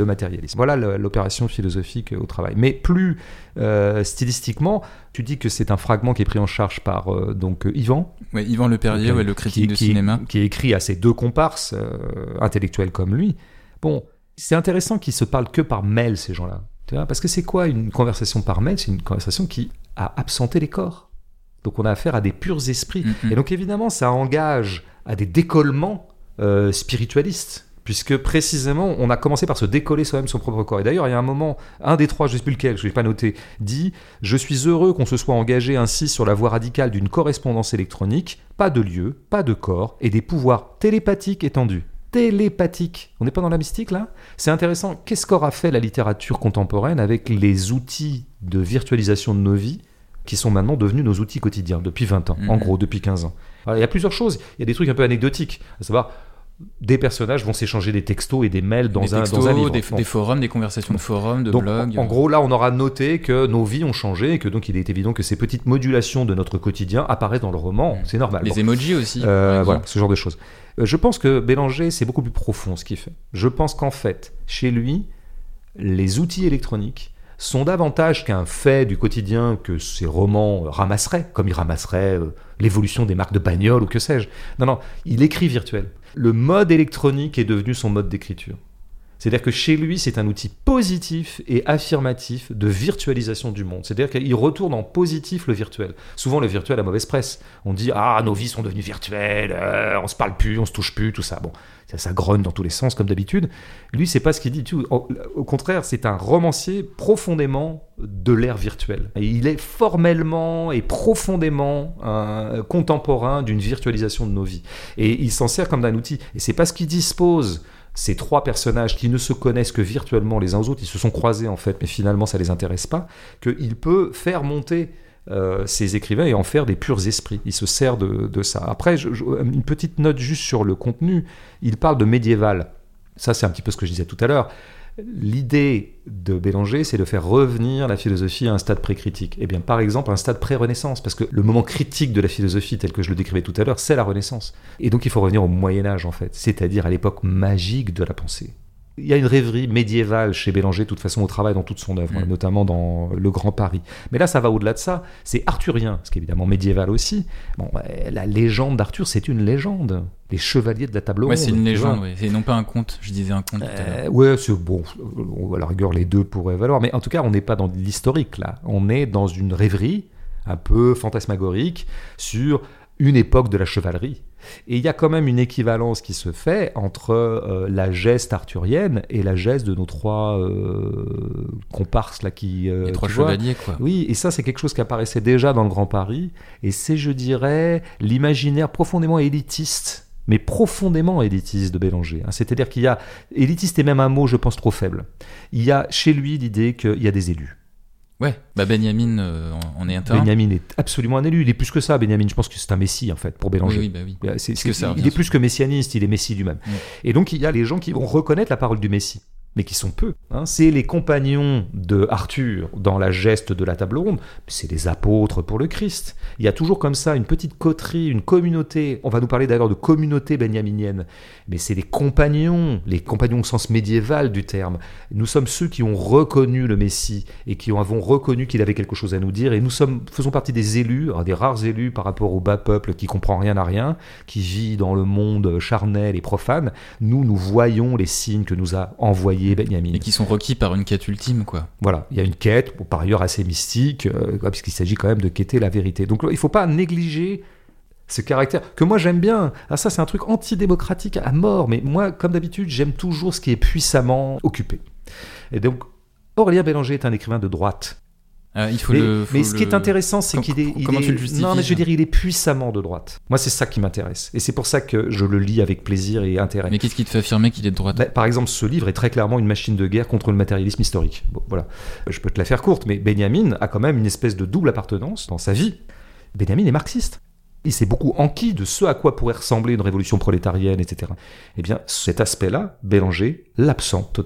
le matérialisme. Voilà le, l'opération philosophique au travail. Mais plus euh, stylistiquement, tu dis que c'est un fragment qui est pris en charge par euh, donc Yvan. Ouais, Yvan Leperrier, ouais, le critique qui, de qui, cinéma. Qui est écrit à ses deux comparses euh, intellectuels comme lui. Bon, c'est intéressant qu'ils se parlent que par mail, ces gens-là. Tu vois, parce que c'est quoi une conversation par mail ? C'est une conversation qui a absenté les corps. Donc on a affaire à des purs esprits. Mm-hmm. Et donc évidemment, ça engage à des décollements euh, spiritualistes. Puisque précisément, on a commencé par se décoller soi-même son propre corps. Et d'ailleurs, il y a un moment, un des trois, je ne sais plus lequel, je ne l'ai pas noté, dit « Je suis heureux qu'on se soit engagé ainsi sur la voie radicale d'une correspondance électronique, pas de lieu, pas de corps, et des pouvoirs télépathiques étendus. » Télépathique. On n'est pas dans la mystique, là ? C'est intéressant. Qu'est-ce qu'aura fait la littérature contemporaine avec les outils de virtualisation de nos vies qui sont maintenant devenus nos outils quotidiens, depuis vingt ans, mmh. en gros, depuis quinze ans. Alors, il y a plusieurs choses. Il y a des trucs un peu anecdotiques, à savoir... des personnages vont s'échanger des textos et des mails dans, des un, textos, dans un livre. Des, bon. des forums, des conversations de forums, de donc, blogs. En, en gros, là, on aura noté que nos vies ont changé et que donc il est évident que ces petites modulations de notre quotidien apparaissent dans le roman. C'est normal. Les bon. emojis aussi. Euh, voilà, ce genre de choses. Euh, je pense que Bélanger, c'est beaucoup plus profond ce qu'il fait. Je pense qu'en fait, chez lui, les outils électroniques sont davantage qu'un fait du quotidien que ces romans ramasseraient, comme il ramasserait euh, l'évolution des marques de bagnole ou que sais-je. Non, non, il écrit virtuel. Le mode électronique est devenu son mode d'écriture. C'est-à-dire que chez lui, c'est un outil positif et affirmatif de virtualisation du monde. C'est-à-dire qu'il retourne en positif le virtuel. Souvent, le virtuel a mauvaise presse. On dit « Ah, nos vies sont devenues virtuelles, euh, on se parle plus, on se touche plus, tout ça. » Bon, ça, ça grogne dans tous les sens, comme d'habitude. Lui, c'est pas ce qu'il dit. Tout. Au, au contraire, c'est un romancier profondément de l'ère virtuelle. Et il est formellement et profondément un contemporain d'une virtualisation de nos vies. Et il s'en sert comme d'un outil. Et c'est parce qu'il dispose... ces trois personnages qui ne se connaissent que virtuellement les uns aux autres, ils se sont croisés en fait, mais finalement ça ne les intéresse pas, qu'il peut faire monter euh, ces écrivains et en faire des purs esprits. Il se sert de, de ça. Après, je, je, une petite note juste sur le contenu. Il parle de médiéval. Ça, c'est un petit peu ce que je disais tout à l'heure. L'idée de Bélanger, c'est de faire revenir la philosophie à un stade pré-critique. Eh bien, par exemple, un stade pré-Renaissance, parce que le moment critique de la philosophie, tel que je le décrivais tout à l'heure, c'est la Renaissance. Et donc, il faut revenir au Moyen-Âge, en fait, c'est-à-dire à l'époque magique de la pensée. Il y a une rêverie médiévale chez Bélanger, de toute façon, au travail dans toute son œuvre, mmh. notamment dans Le Grand Paris. Mais là, ça va au-delà de ça. C'est arthurien, ce qui est évidemment médiéval aussi. Bon, la légende d'Arthur, c'est une légende. Les chevaliers de la table ronde. Ouais, c'est une légende, ouais. C'est non pas un conte. Je disais un conte tout à l'heure. Euh, ouais, c'est bon. À la rigueur, les deux pourraient valoir. Mais en tout cas, on n'est pas dans l'historique, là. On est dans une rêverie un peu fantasmagorique sur une époque de la chevalerie. Et il y a quand même une équivalence qui se fait entre euh, la geste arthurienne et la geste de nos trois euh, comparses là qui euh, les trois chevaliers quoi. Oui, et ça c'est quelque chose qui apparaissait déjà dans le Grand Paris et c'est, je dirais, l'imaginaire profondément élitiste, mais profondément élitiste de Bélanger. Hein. C'est-à-dire qu'il y a élitiste est même un mot, je pense, trop faible. Il y a chez lui l'idée qu'il y a des élus. Ouais, bah Benjamin euh, en est un. Benjamin est absolument un élu. Il est plus que ça, Benjamin. Je pense que c'est un messie, en fait, pour Bélanger. Oui, oui, bah oui. C'est, c'est, c'est, ça, il est plus que messianiste, il est messie lui-même. Oui. Et donc, il y a les gens qui vont reconnaître la parole du messie, mais qui sont peu. Hein. C'est les compagnons de Arthur dans la geste de la table ronde, c'est les apôtres pour le Christ. Il y a toujours comme ça une petite coterie, une communauté. On va nous parler d'ailleurs de communauté benjaminienne, mais c'est les compagnons, les compagnons au sens médiéval du terme. Nous sommes ceux qui ont reconnu le Messie et qui avons reconnu qu'il avait quelque chose à nous dire, et nous sommes, faisons partie des élus, des rares élus par rapport au bas peuple qui comprend rien à rien, qui vit dans le monde charnel et profane. Nous, nous voyons les signes que nous a envoyés Benjamin. Et qui sont requis par une quête ultime, quoi. Voilà, il y a une quête, par ailleurs assez mystique, euh, puisqu'il s'agit quand même de quêter la vérité. Donc il ne faut pas négliger ce caractère que moi j'aime bien. Ah, ça c'est un truc antidémocratique à mort, mais moi, comme d'habitude, j'aime toujours ce qui est puissamment occupé. Et donc, Aurélien Bélanger est un écrivain de droite. Euh, il faut mais, le, faut mais ce le... qui est intéressant, c'est Com- qu'il est. Il comment est... tu le justifies? Non, mais je veux dire, il est puissamment de droite. Moi, c'est ça qui m'intéresse. Et c'est pour ça que je le lis avec plaisir et intérêt. Mais qu'est-ce qui te fait affirmer qu'il est de droite? Bah, par exemple, ce livre est très clairement une machine de guerre contre le matérialisme historique. Bon, voilà. Je peux te la faire courte, mais Benjamin a quand même une espèce de double appartenance dans sa vie. Benjamin est marxiste. Il s'est beaucoup enquis de ce à quoi pourrait ressembler une révolution prolétarienne, et cetera. Eh bien, cet aspect-là, Bélanger l'absente totalement.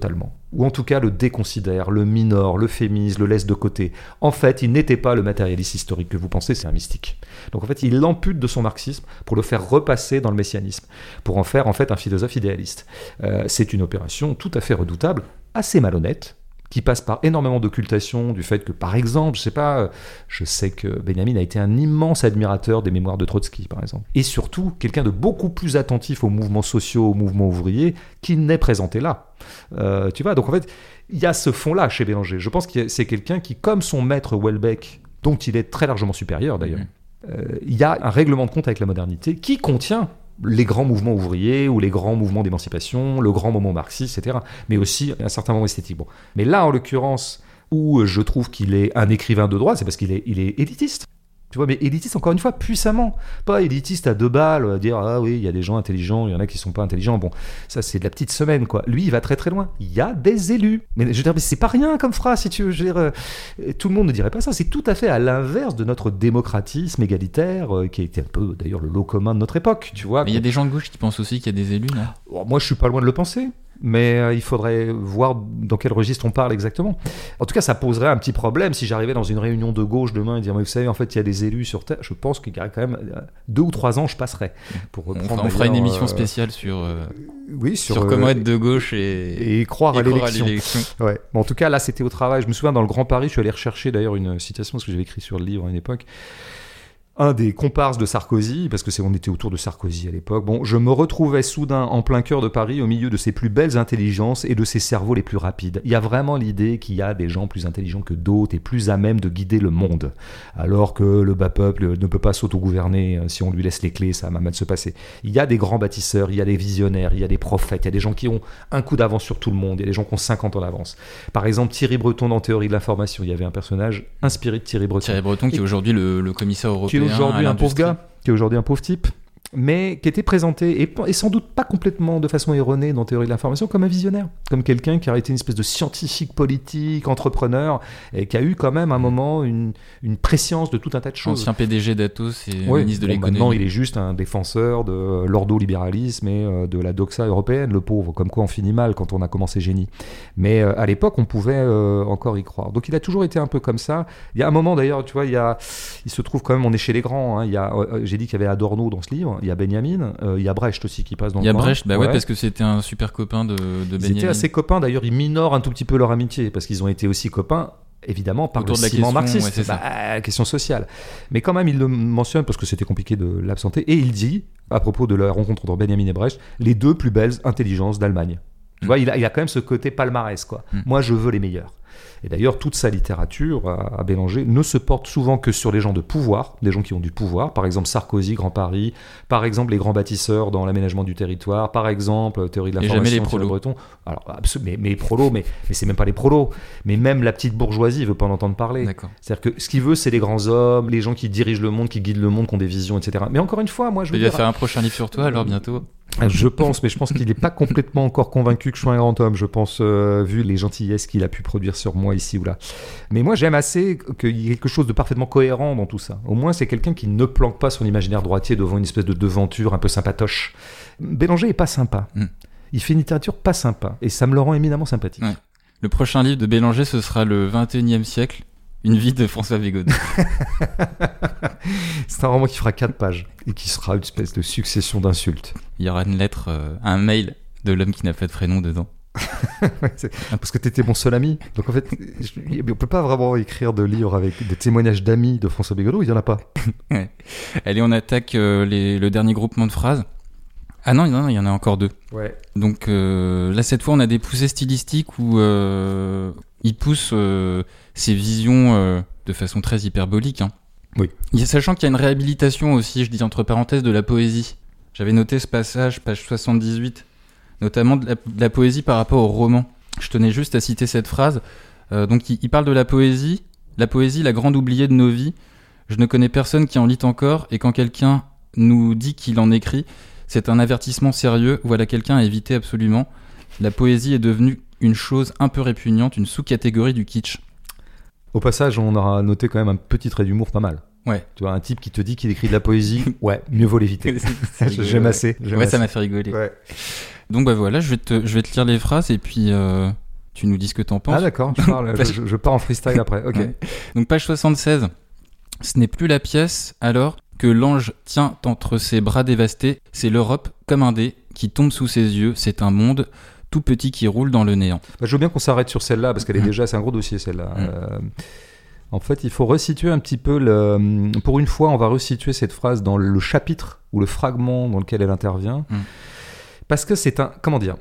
ou en tout cas le déconsidère, le minore, le fémise, le laisse de côté. En fait, il n'était pas le matérialiste historique que vous pensez, c'est un mystique. Donc en fait, il l'ampute de son marxisme pour le faire repasser dans le messianisme, pour en faire en fait un philosophe idéaliste. Euh, c'est une opération tout à fait redoutable, assez malhonnête, qui passe par énormément d'occultation du fait que, par exemple, je sais pas, je sais que Benjamin a été un immense admirateur des mémoires de Trotsky, par exemple. Et surtout, quelqu'un de beaucoup plus attentif aux mouvements sociaux, aux mouvements ouvriers, qu'il n'est présenté là. Euh, tu vois, donc en fait, il y a ce fond-là chez Bélanger. Je pense que c'est quelqu'un qui, comme son maître Houellebecq, dont il est très largement supérieur d'ailleurs, mmh. euh, il y a un règlement de compte avec la modernité qui contient les grands mouvements ouvriers ou les grands mouvements d'émancipation, le grand moment marxiste, et cetera. Mais aussi un certain moment esthétique. Bon. Mais là, en l'occurrence, où je trouve qu'il est un écrivain de droite, c'est parce qu'il est, il est élitiste. Tu vois, mais élitiste, encore une fois, puissamment. Pas élitiste à deux balles, à dire « Ah oui, il y a des gens intelligents, il y en a qui sont pas intelligents. » Bon, ça, c'est de la petite semaine, quoi. Lui, il va très très loin. Il y a des élus. Mais je veux dire, mais c'est pas rien comme phrase, si tu veux. Je veux dire, euh, tout le monde ne dirait pas ça. C'est tout à fait à l'inverse de notre démocratisme égalitaire, euh, qui a été un peu, d'ailleurs, le lot commun de notre époque, tu vois. Mais il y a des gens de gauche qui pensent aussi qu'il y a des élus, là. Oh, moi, je suis pas loin de le penser. Mais euh, il faudrait voir dans quel registre on parle exactement. En tout cas, ça poserait un petit problème si j'arrivais dans une réunion de gauche demain et dire, mais vous savez, en fait, il y a des élus sur Terre. Je pense qu'il y aurait quand même deux ou trois ans, je passerai. Pour reprendre, on, on fera une émission euh, spéciale sur, euh, oui, sur, sur comment euh, être de gauche et, et croire, et à, croire l'élection. à l'élection. Ouais. Bon, en tout cas, là, c'était au travail. Je me souviens, dans le Grand Paris, je suis allé rechercher d'ailleurs une citation, parce que j'avais écrit sur le livre à une époque. Un des comparses de Sarkozy, parce que c'est on était autour de Sarkozy à l'époque. Bon, je me retrouvais soudain en plein cœur de Paris, au milieu de ses plus belles intelligences et de ses cerveaux les plus rapides. Il y a vraiment l'idée qu'il y a des gens plus intelligents que d'autres et plus à même de guider le monde, alors que le bas peuple ne peut pas s'autogouverner si on lui laisse les clés, ça va mal se passer. Il y a des grands bâtisseurs, il y a des visionnaires, il y a des prophètes, il y a des gens qui ont un coup d'avance sur tout le monde, il y a des gens qui ont cinquante ans d'avance. Par exemple, Thierry Breton dans Théorie de l'information, il y avait un personnage inspiré de Thierry Breton. Thierry Breton qui est aujourd'hui le, le commissaire européen. Aujourd'hui un pauvre gars, qui est aujourd'hui un pauvre type, mais qui était présenté, et, et sans doute pas complètement de façon erronée dans Théorie de l'information, comme un visionnaire, comme quelqu'un qui a été une espèce de scientifique politique, entrepreneur, et qui a eu quand même à un moment une, une prescience de tout un tas de choses. Ancien P D G d'Atos et oui, ministre de bon, l'économie. Maintenant, il est juste un défenseur de l'ordolibéralisme et euh, de la doxa européenne, le pauvre, comme quoi on finit mal quand on a commencé génie. Mais euh, à l'époque, on pouvait euh, encore y croire. Donc il a toujours été un peu comme ça. Il y a un moment d'ailleurs, tu vois, il, y a, il se trouve quand même, on est chez les grands. Hein, il y a, euh, j'ai dit qu'il y avait Adorno dans ce livre. Il y a Benjamin, euh, il y a Brecht aussi qui passe dans le coin. Il y a coin. Brecht, bah ouais. ouais, parce que c'était un super copain de, de Benjamin. Ils étaient assez copains, d'ailleurs, ils minorent un tout petit peu leur amitié, parce qu'ils ont été aussi copains, évidemment, par autour le de la ciment question, marxiste, ouais, c'est bah, ça. la question sociale. Mais quand même, il le mentionne, parce que c'était compliqué de l'absenter, et il dit, à propos de la rencontre entre Benjamin et Brecht, les deux plus belles intelligences d'Allemagne. Tu mm. vois, il a, il a quand même ce côté palmarès, quoi. Mm. Moi, je veux les meilleurs. Et d'ailleurs, toute sa littérature à, à Bélanger ne se porte souvent que sur les gens de pouvoir, des gens qui ont du pouvoir, par exemple Sarkozy, Grand Paris, par exemple les grands bâtisseurs dans l'aménagement du territoire, par exemple Théorie de l'information, et jamais les prolos. Breton. Alors, absolument, mais, mais les prolos, mais, mais c'est même pas les prolos, mais même la petite bourgeoisie veut pas en entendre parler. D'accord. C'est-à-dire que ce qu'il veut, c'est les grands hommes, les gens qui dirigent le monde, qui guident le monde, qui ont des visions, et cetera. Mais encore une fois, moi je veux Il dire... va faire un prochain livre sur toi, alors bientôt. Je pense, mais je pense qu'il n'est pas complètement encore convaincu que je sois un grand homme, je pense, euh, vu les gentillesses qu'il a pu produire sur moi ici ou là. Mais moi, j'aime assez qu'il y ait quelque chose de parfaitement cohérent dans tout ça. Au moins, c'est quelqu'un qui ne planque pas son imaginaire droitier devant une espèce de devanture un peu sympatoche. Bélanger est pas sympa. Mm. Il fait une littérature pas sympa, et ça me le rend éminemment sympathique. Ouais. Le prochain livre de Bélanger, ce sera le vingt et unième siècle. Une vie de François Bégodeau. C'est un roman qui fera quatre pages et qui sera une espèce de succession d'insultes. Il y aura une lettre, euh, un mail de l'homme qui n'a pas de prénom dedans. Parce que t'étais mon seul ami. Donc en fait, je, on peut pas vraiment écrire de livres avec des témoignages d'amis de François Bégodeau, il y en a pas. Ouais. Allez, on attaque euh, les, le dernier groupement de phrases. Ah non, non, il y en a encore deux. Ouais. Donc euh, là, cette fois, on a des poussées stylistiques où euh, il pousse euh, ses visions euh, de façon très hyperbolique. Hein. Oui. Et sachant qu'il y a une réhabilitation aussi, je dis entre parenthèses, de la poésie. J'avais noté ce passage, page soixante-dix-huit, notamment de la, de la poésie par rapport au roman. Je tenais juste à citer cette phrase. Euh, donc il, il parle de la poésie. La poésie, la grande oubliée de nos vies. Je ne connais personne qui en lit encore, et quand quelqu'un nous dit qu'il en écrit, c'est un avertissement sérieux, voilà quelqu'un à éviter absolument. La poésie est devenue une chose un peu répugnante, une sous-catégorie du kitsch. Au passage, on aura noté quand même un petit trait d'humour pas mal. Ouais. Tu vois, un type qui te dit qu'il écrit de la poésie, ouais, mieux vaut l'éviter. J'aime assez. Ouais, assez. Ça m'a fait rigoler. Ouais. Donc bah voilà, je vais te, je vais te lire les phrases et puis euh, tu nous dis ce que t'en penses. Ah d'accord, je, parle, je, je pars en freestyle après, ok. Ouais. Donc page soixante-seize, ce n'est plus la pièce alors que l'ange tient entre ses bras dévastés, c'est l'Europe comme un dé qui tombe sous ses yeux, c'est un monde tout petit qui roule dans le néant. Bah, je veux bien qu'on s'arrête sur celle-là, parce qu'elle est Mmh. déjà, c'est un gros dossier celle-là. Mmh. Euh, en fait, il faut resituer un petit peu, le... pour une fois, on va resituer cette phrase dans le chapitre, ou le fragment dans lequel elle intervient, Mmh. parce que c'est un, comment dire,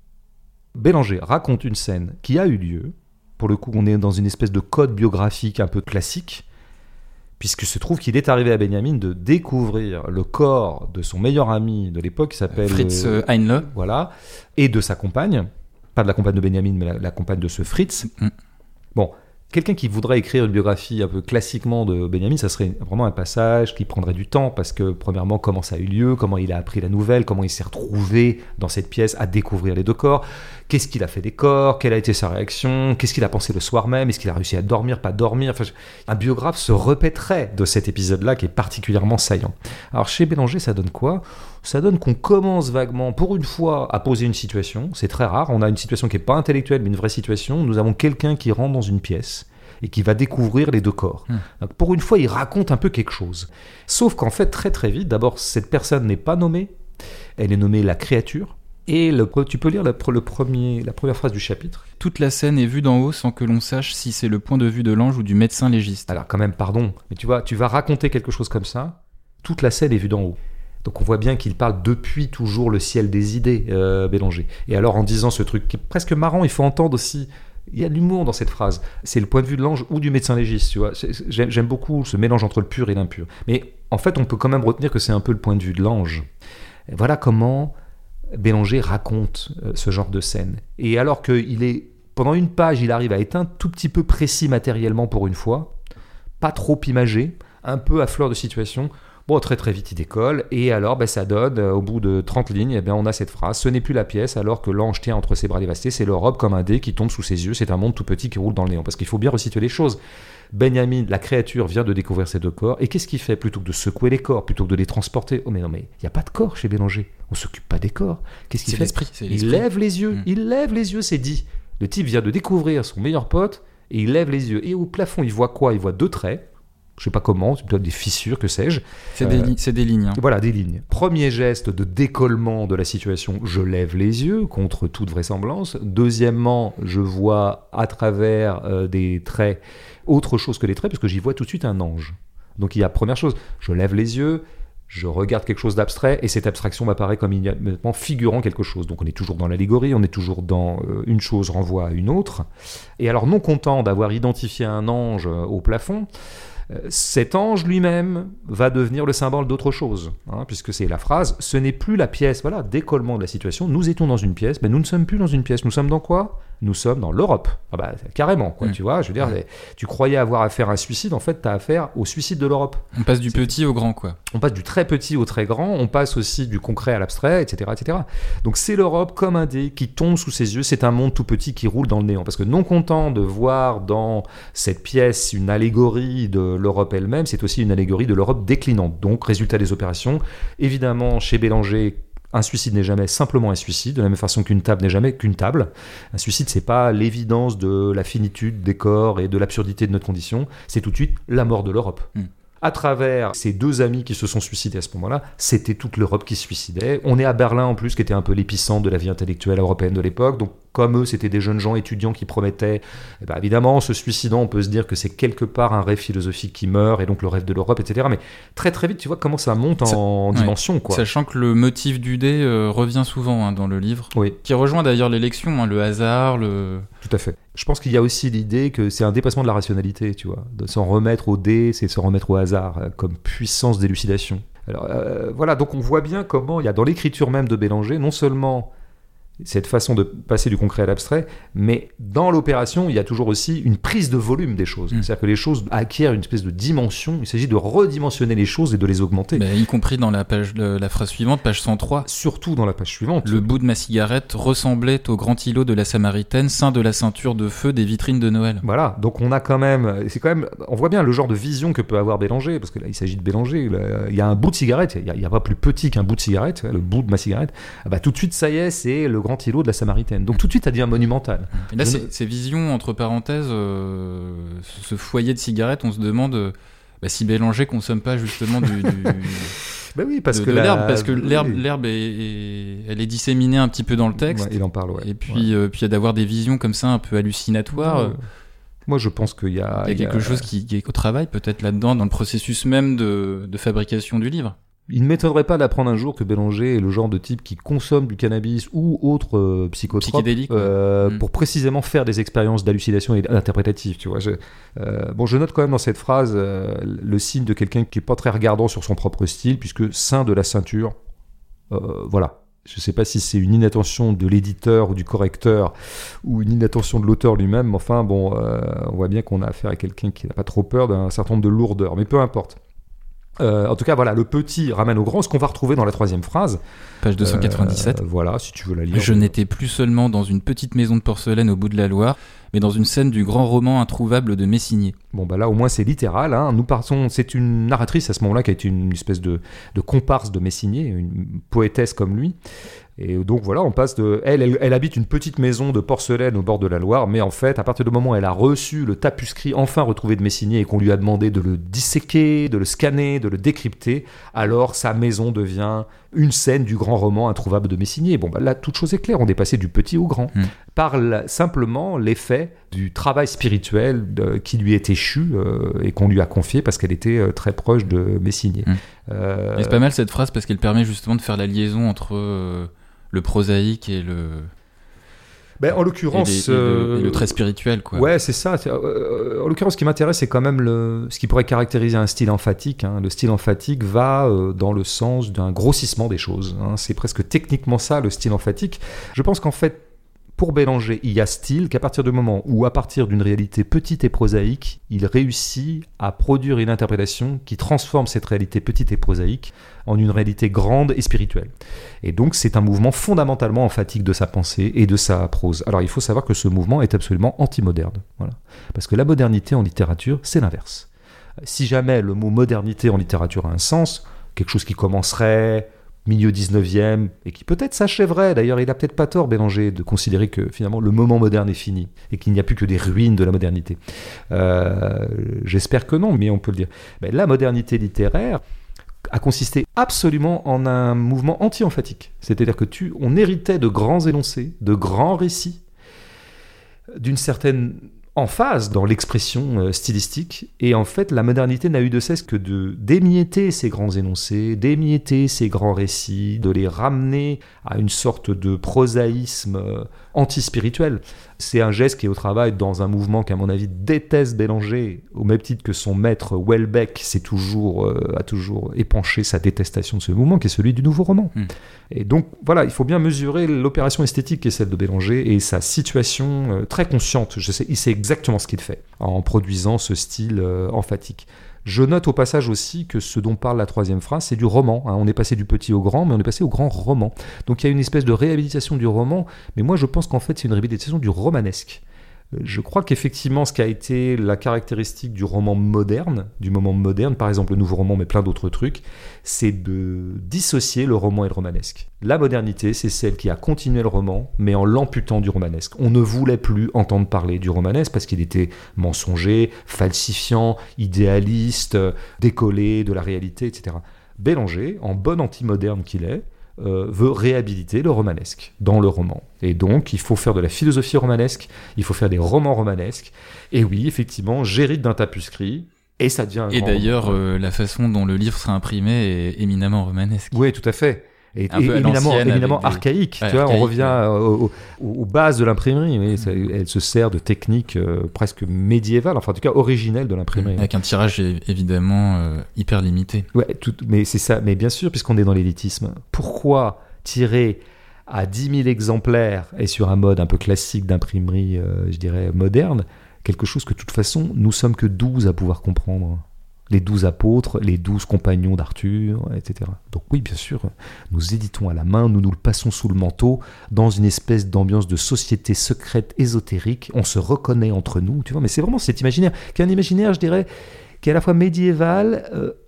Bélanger raconte une scène qui a eu lieu, pour le coup on est dans une espèce de code biographique un peu classique, puisque se trouve qu'il est arrivé à Benjamin de découvrir le corps de son meilleur ami de l'époque, qui s'appelle Fritz euh, Heinle. voilà, et de sa compagne, pas de la compagne de Benjamin, mais la, la compagne de ce Fritz. Mm. Bon, quelqu'un qui voudrait écrire une biographie un peu classiquement de Benjamin, ça serait vraiment un passage qui prendrait du temps, parce que premièrement, comment ça a eu lieu, comment il a appris la nouvelle, comment il s'est retrouvé dans cette pièce à découvrir les deux corps, qu'est-ce qu'il a fait des corps, quelle a été sa réaction, qu'est-ce qu'il a pensé le soir même, est-ce qu'il a réussi à dormir, pas dormir. Enfin, un biographe se répéterait de cet épisode-là qui est particulièrement saillant. Alors chez Bélanger, ça donne quoi ? Ça donne qu'on commence vaguement, pour une fois, à poser une situation. C'est très rare, on a une situation qui n'est pas intellectuelle, mais une vraie situation. Nous avons quelqu'un qui rentre dans une pièce et qui va découvrir les deux corps. Mmh. Donc, pour une fois, il raconte un peu quelque chose. Sauf qu'en fait, très très vite, d'abord, cette personne n'est pas nommée, elle est nommée la créature. Et le, tu peux lire la, le premier, la première phrase du chapitre. Toute la scène est vue d'en haut sans que l'on sache si c'est le point de vue de l'ange ou du médecin légiste. Alors quand même, pardon, mais tu vois, tu vas raconter quelque chose comme ça, toute la scène est vue d'en haut. Donc on voit bien qu'il parle depuis toujours le ciel des idées, euh, Bélanger. Et alors en disant ce truc qui est presque marrant, il faut entendre aussi, il y a de l'humour dans cette phrase. C'est le point de vue de l'ange ou du médecin légiste, tu vois. J'aime, j'aime beaucoup ce mélange entre le pur et l'impur. Mais en fait, on peut quand même retenir que c'est un peu le point de vue de l'ange. Et voilà comment Bélanger raconte euh, ce genre de scène. Et alors qu'il est, pendant une page, il arrive à être un tout petit peu précis matériellement pour une fois, pas trop imagé, un peu à fleur de situation. Bon, très très vite il décolle, et alors ben, ça donne, euh, au bout de trente lignes, eh bien, on a cette phrase, ce n'est plus la pièce alors que l'ange tient entre ses bras dévastés, c'est l'Europe comme un dé qui tombe sous ses yeux, c'est un monde tout petit qui roule dans le néant. Parce qu'il faut bien resituer les choses. Benjamin, la créature, vient de découvrir ces deux corps, et qu'est-ce qu'il fait? Plutôt que de secouer les corps, plutôt que de les transporter, oh mais non mais il n'y a pas de corps chez Bélanger, on s'occupe pas des corps. Qu'est-ce qu'il c'est fait? l'esprit, c'est Il l'esprit. lève les yeux, Mmh. il lève les yeux, c'est dit. Le type vient de découvrir son meilleur pote, et il lève les yeux, et au plafond il voit quoi? Il voit deux traits. Je sais pas comment, peut-être des fissures, que sais-je. C'est, Euh, des, li- c'est des lignes. Hein. Voilà, des lignes. Premier geste de décollement de la situation, je lève les yeux contre toute vraisemblance. Deuxièmement, je vois à travers euh, des traits autre chose que des traits, parce que j'y vois tout de suite un ange. Donc il y a première chose, je lève les yeux, je regarde quelque chose d'abstrait, et cette abstraction m'apparaît comme immédiatement figurant quelque chose. Donc on est toujours dans l'allégorie, on est toujours dans euh, une chose renvoie à une autre. Et alors, non content d'avoir identifié un ange euh, au plafond, euh, cet ange lui-même va devenir le symbole d'autre chose, hein, puisque c'est la phrase, ce n'est plus la pièce, voilà, décollement de la situation, nous étions dans une pièce, mais nous ne sommes plus dans une pièce, nous sommes dans quoi ? Nous sommes dans l'Europe. Ah bah, carrément, quoi, Mmh. tu vois, je veux dire, Mmh. tu croyais avoir affaire à un suicide, en fait, tu as affaire au suicide de l'Europe. On passe du C'est- petit au grand, quoi. On passe du très petit au très grand, on passe aussi du concret à l'abstrait, et cetera, et cetera. Donc c'est l'Europe comme un dé qui tombe sous ses yeux, c'est un monde tout petit qui roule dans le néant. Parce que non content de voir dans cette pièce une allégorie de l'Europe elle-même, c'est aussi une allégorie de l'Europe déclinante. Donc résultat des opérations, évidemment chez Bélanger, un suicide n'est jamais simplement un suicide, de la même façon qu'une table n'est jamais qu'une table. Un suicide, c'est pas l'évidence de la finitude des corps et de l'absurdité de notre condition, c'est tout de suite la mort de l'Europe. Mm. À travers ces deux amis qui se sont suicidés à ce moment-là, c'était toute l'Europe qui se suicidait. On est à Berlin en plus, qui était un peu l'épicentre de la vie intellectuelle européenne de l'époque. Donc, comme eux, c'était des jeunes gens étudiants qui promettaient. Eh ben, évidemment, en se suicidant, on peut se dire que c'est quelque part un rêve philosophique qui meurt, et donc le rêve de l'Europe, et cetera. Mais très très vite, tu vois comment ça monte en, Ça- en ouais. dimension, quoi. Sachant que le motif du dé euh, revient souvent hein, dans le livre, Oui. qui rejoint d'ailleurs l'élection, hein, le hasard, le... Tout à fait. Je pense qu'il y a aussi l'idée que c'est un dépassement de la rationalité, tu vois. De s'en remettre au dé, c'est s'en remettre au hasard, euh, comme puissance d'élucidation. Alors euh, voilà, donc on voit bien comment il y a dans l'écriture même de Bélanger, non seulement cette façon de passer du concret à l'abstrait, mais dans l'opération, il y a toujours aussi une prise de volume des choses. Mm. C'est-à-dire que les choses acquièrent une espèce de dimension, il s'agit de redimensionner les choses et de les augmenter. Bah, y compris dans la, page, le- la phrase suivante, page cent trois. Surtout dans la page suivante. Le bout de ma cigarette ressemblait au grand îlot de la Samaritaine, ceint de la ceinture de feu des vitrines de Noël. Voilà, donc on a quand même, c'est quand même, on voit bien le genre de vision que peut avoir Bélanger, parce que là il s'agit de Bélanger, il y a un bout de cigarette, il n'y a, il y a pas plus petit qu'un bout de cigarette, le bout de ma cigarette, ah bah, tout de suite ça y est, c'est le grand îlot de la Samaritaine. Donc tout de suite, ça devient monumental. Et là, Je... ces, ces visions, entre parenthèses, euh, ce foyer de cigarettes, on se demande euh, bah, si Bélanger consomme pas justement du... du... Ben oui, parce de, que de la... l'herbe, parce que l'herbe, oui. l'herbe est, est, elle est disséminée un petit peu dans le texte. Ouais, il en parle, ouais. Et puis, ouais. euh, puis d'avoir des visions comme ça un peu hallucinatoires. Ouais. Moi, je pense qu'il y a... Il y a quelque il y a... chose qui, qui est au travail, peut-être là-dedans, dans le processus même de, de fabrication du livre. Il ne m'étonnerait pas d'apprendre un jour que Bélanger est le genre de type qui consomme du cannabis ou autre euh, psychotrope Psychédélique, ouais. euh, mmh. pour précisément faire des expériences d'hallucination et interprétatives. Tu vois, je, euh, bon, je note quand même dans cette phrase euh, le signe de quelqu'un qui est pas très regardant sur son propre style, puisque saint de la ceinture, euh, voilà. Je ne sais pas si c'est une inattention de l'éditeur ou du correcteur ou une inattention de l'auteur lui-même, mais enfin, bon, euh, on voit bien qu'on a affaire à quelqu'un qui n'a pas trop peur d'un certain nombre de lourdeurs, mais peu importe. Euh, en tout cas, voilà, le petit ramène au grand, ce qu'on va retrouver dans la troisième phrase. Page deux cent quatre-vingt-dix-sept. Euh, voilà, si tu veux la lire. Je n'étais plus seulement dans une petite maison de porcelaine au bout de la Loire, mais dans une scène du grand roman introuvable de Messigné. Bon, bah là, au moins, c'est littéral. Hein. Nous partons, c'est une narratrice à ce moment-là qui a été une espèce de, de comparse de Messigné, une poétesse comme lui. Et donc voilà, on passe de... Elle, elle, elle habite une petite maison de porcelaine au bord de la Loire, mais en fait, à partir du moment où elle a reçu le tapuscrit enfin retrouvé de Messigné et qu'on lui a demandé de le disséquer, de le scanner, de le décrypter, alors sa maison devient une scène du grand roman introuvable de Messigné. Bon, bah là, toute chose est claire, on est passé du petit au grand. Mmh. Par la, simplement l'effet du travail spirituel de, qui lui est échu euh, et qu'on lui a confié parce qu'elle était euh, très proche de Messigné. Mmh. Euh... C'est pas mal cette phrase parce qu'elle permet justement de faire la liaison entre... Euh... le prosaïque et le... Ben, en l'occurrence... Et, les, et, euh... le, et le très spirituel, quoi. Ouais, c'est ça. C'est, euh, en l'occurrence, ce qui m'intéresse, c'est quand même le, ce qui pourrait caractériser un style emphatique. Hein. Le style emphatique va euh, dans le sens d'un grossissement des choses. Hein. C'est presque techniquement ça, le style emphatique. Je pense qu'en fait, pour Bélanger, il y a style qu'à partir du moment où, à partir d'une réalité petite et prosaïque, il réussit à produire une interprétation qui transforme cette réalité petite et prosaïque en une réalité grande et spirituelle. Et donc, c'est un mouvement fondamentalement emphatique de sa pensée et de sa prose. Alors, il faut savoir que ce mouvement est absolument anti-moderne. Voilà. Parce que la modernité en littérature, c'est l'inverse. Si jamais le mot modernité en littérature a un sens, quelque chose qui commencerait... milieu dix-neuvième, et qui peut-être s'achèverait, d'ailleurs il a peut-être pas tort Bélanger de considérer que finalement le moment moderne est fini, et qu'il n'y a plus que des ruines de la modernité. Euh, j'espère que non, mais on peut le dire. Mais la modernité littéraire a consisté absolument en un mouvement anti-emphatique. C'est-à-dire que tu, on héritait de grands énoncés, de grands récits, d'une certaine... emphase dans l'expression euh, stylistique, et en fait la modernité n'a eu de cesse que de d'émietter ces grands énoncés, d'émietter ces grands récits, de les ramener à une sorte de prosaïsme euh, anti-spirituel. C'est un geste qui est au travail dans un mouvement qu'à mon avis déteste Bélanger, au même titre que son maître Houellebecq c'est toujours, euh, a toujours épanché sa détestation de ce mouvement, qui est celui du nouveau roman. Mmh. Et donc voilà, il faut bien mesurer l'opération esthétique qui est celle de Bélanger et sa situation euh, très consciente. Je sais, il sait exactement ce qu'il fait en produisant ce style euh, emphatique. Je note au passage aussi que ce dont parle la troisième phrase, c'est du roman. Hein. On est passé du petit au grand, mais on est passé au grand roman. Donc il y a une espèce de réhabilitation du roman, mais moi je pense qu'en fait c'est une réhabilitation du romanesque. Je crois qu'effectivement, ce qui a été la caractéristique du roman moderne, du moment moderne, par exemple le nouveau roman, mais plein d'autres trucs, c'est de dissocier le roman et le romanesque. La modernité, c'est celle qui a continué le roman, mais en l'amputant du romanesque. On ne voulait plus entendre parler du romanesque parce qu'il était mensonger, falsifiant, idéaliste, décollé de la réalité, et cetera. Bélanger, en bon anti-moderne qu'il est, Euh, veut réhabiliter le romanesque dans le roman. Et donc, il faut faire de la philosophie romanesque, il faut faire des romans romanesques. Et oui, effectivement, j'hérite d'un tapuscrit, et ça devient un Et grand d'ailleurs, roman. euh, la façon dont le livre sera imprimé est éminemment romanesque. Oui, tout à fait. Et, Un et peu à éminemment, l'ancienne, éminemment avec des- archaïque. Ouais, tu vois, archaïque, on revient ouais. au- au- aux bases de l'imprimerie. Oui, ça- elle se sert de techniques euh, presque médiévales, enfin en tout cas originelles de l'imprimerie. Avec un tirage é- évidemment euh, hyper limité. Ouais, tout, mais c'est ça. Mais bien sûr, puisqu'on est dans l'élitisme, pourquoi tirer à dix mille exemplaires et sur un mode un peu classique d'imprimerie, euh, je dirais moderne, quelque chose que de toute façon, nous sommes que douze à pouvoir comprendre. Les douze apôtres, les douze compagnons d'Arthur, et cetera. Donc oui, bien sûr, nous éditons à la main, nous nous le passons sous le manteau, dans une espèce d'ambiance de société secrète ésotérique, on se reconnaît entre nous, tu vois, mais c'est vraiment cet imaginaire, qui est un imaginaire, je dirais, qui est à la fois médiéval, euh,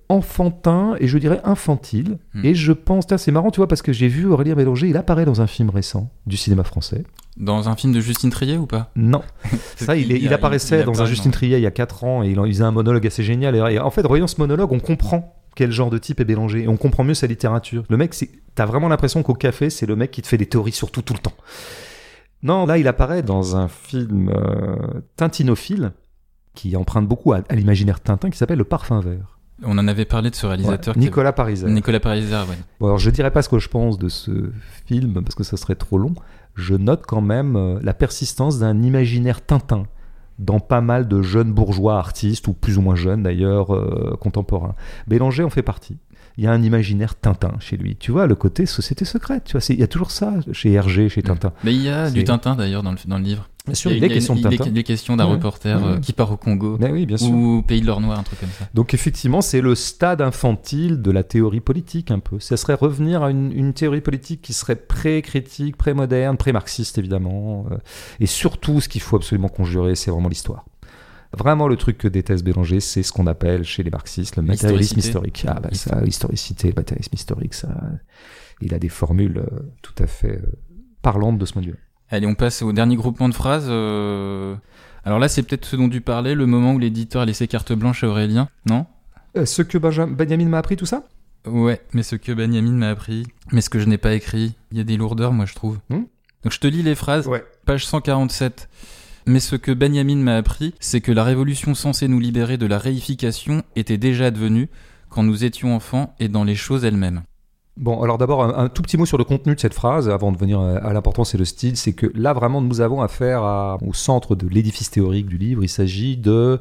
enfantin et je dirais infantile. Mmh. Et je pense, c'est marrant, tu vois, parce que j'ai vu Aurélien Bélanger, il apparaît dans un film récent du cinéma français. Dans un film de Justine Triet ou pas? Non. Ça, il, il, il apparaissait il, il dans un Justine Triet il y a quatre ans et il, il faisait un monologue assez génial. Et, et en fait, voyant ce monologue, on comprend quel genre de type est Bélanger et on comprend mieux sa littérature. Le mec, c'est, t'as vraiment l'impression qu'au café, c'est le mec qui te fait des théories sur tout, tout le temps. Non, là, il apparaît dans un film euh, tintinophile qui emprunte beaucoup à, à l'imaginaire Tintin qui s'appelle Le Parfum Vert. On en avait parlé de ce réalisateur. Ouais, Nicolas Pariser. Nicolas Pariser, ouais. Bon, alors je dirais pas ce que je pense de ce film parce que ça serait trop long. Je note quand même euh, la persistance d'un imaginaire Tintin dans pas mal de jeunes bourgeois artistes, ou plus ou moins jeunes d'ailleurs, euh, contemporains. Bélanger en fait partie. Il y a un imaginaire Tintin chez lui. Tu vois, le côté société secrète, tu vois, il y a toujours ça chez Hergé, chez Tintin. Mais il y a c'est... du Tintin d'ailleurs dans le, dans le livre. Bien sûr, il y a des questions de Tintin. Les questions d'un ouais. reporter ouais. euh, qui part au Congo, mais oui, bien sûr. ou Pays de l'Or Noir, un truc comme ça. Donc effectivement, c'est le stade infantile de la théorie politique un peu. Ça serait revenir à une, une théorie politique qui serait pré-critique, pré-moderne, pré-marxiste évidemment. Euh, et surtout, ce qu'il faut absolument conjurer, c'est vraiment l'histoire. Vraiment, le truc que déteste Bélanger, c'est ce qu'on appelle chez les marxistes le matérialisme historique. Ah bah ça, l'historicité, le matérialisme historique, ça, il a des formules euh, tout à fait euh, parlantes de ce point de vue. Allez, on passe au dernier groupement de phrases. Euh... Alors là, c'est peut-être ce dont tu parlais, le moment où l'éditeur a laissé carte blanche à Aurélien, non ? euh, Ce que Benjamin, Benjamin m'a appris, tout ça ? Ouais, mais ce que Benjamin m'a appris, mais ce que je n'ai pas écrit, il y a des lourdeurs, moi, je trouve. Hmm Donc je te lis les phrases, ouais. Page cent quarante-sept. Mais ce que Benjamin m'a appris, c'est que la révolution censée nous libérer de la réification était déjà advenue quand nous étions enfants et dans les choses elles-mêmes. Bon, alors d'abord, un, un tout petit mot sur le contenu de cette phrase, avant de venir à l'importance et le style, c'est que là, vraiment, nous avons affaire à, au centre de l'édifice théorique du livre. Il s'agit de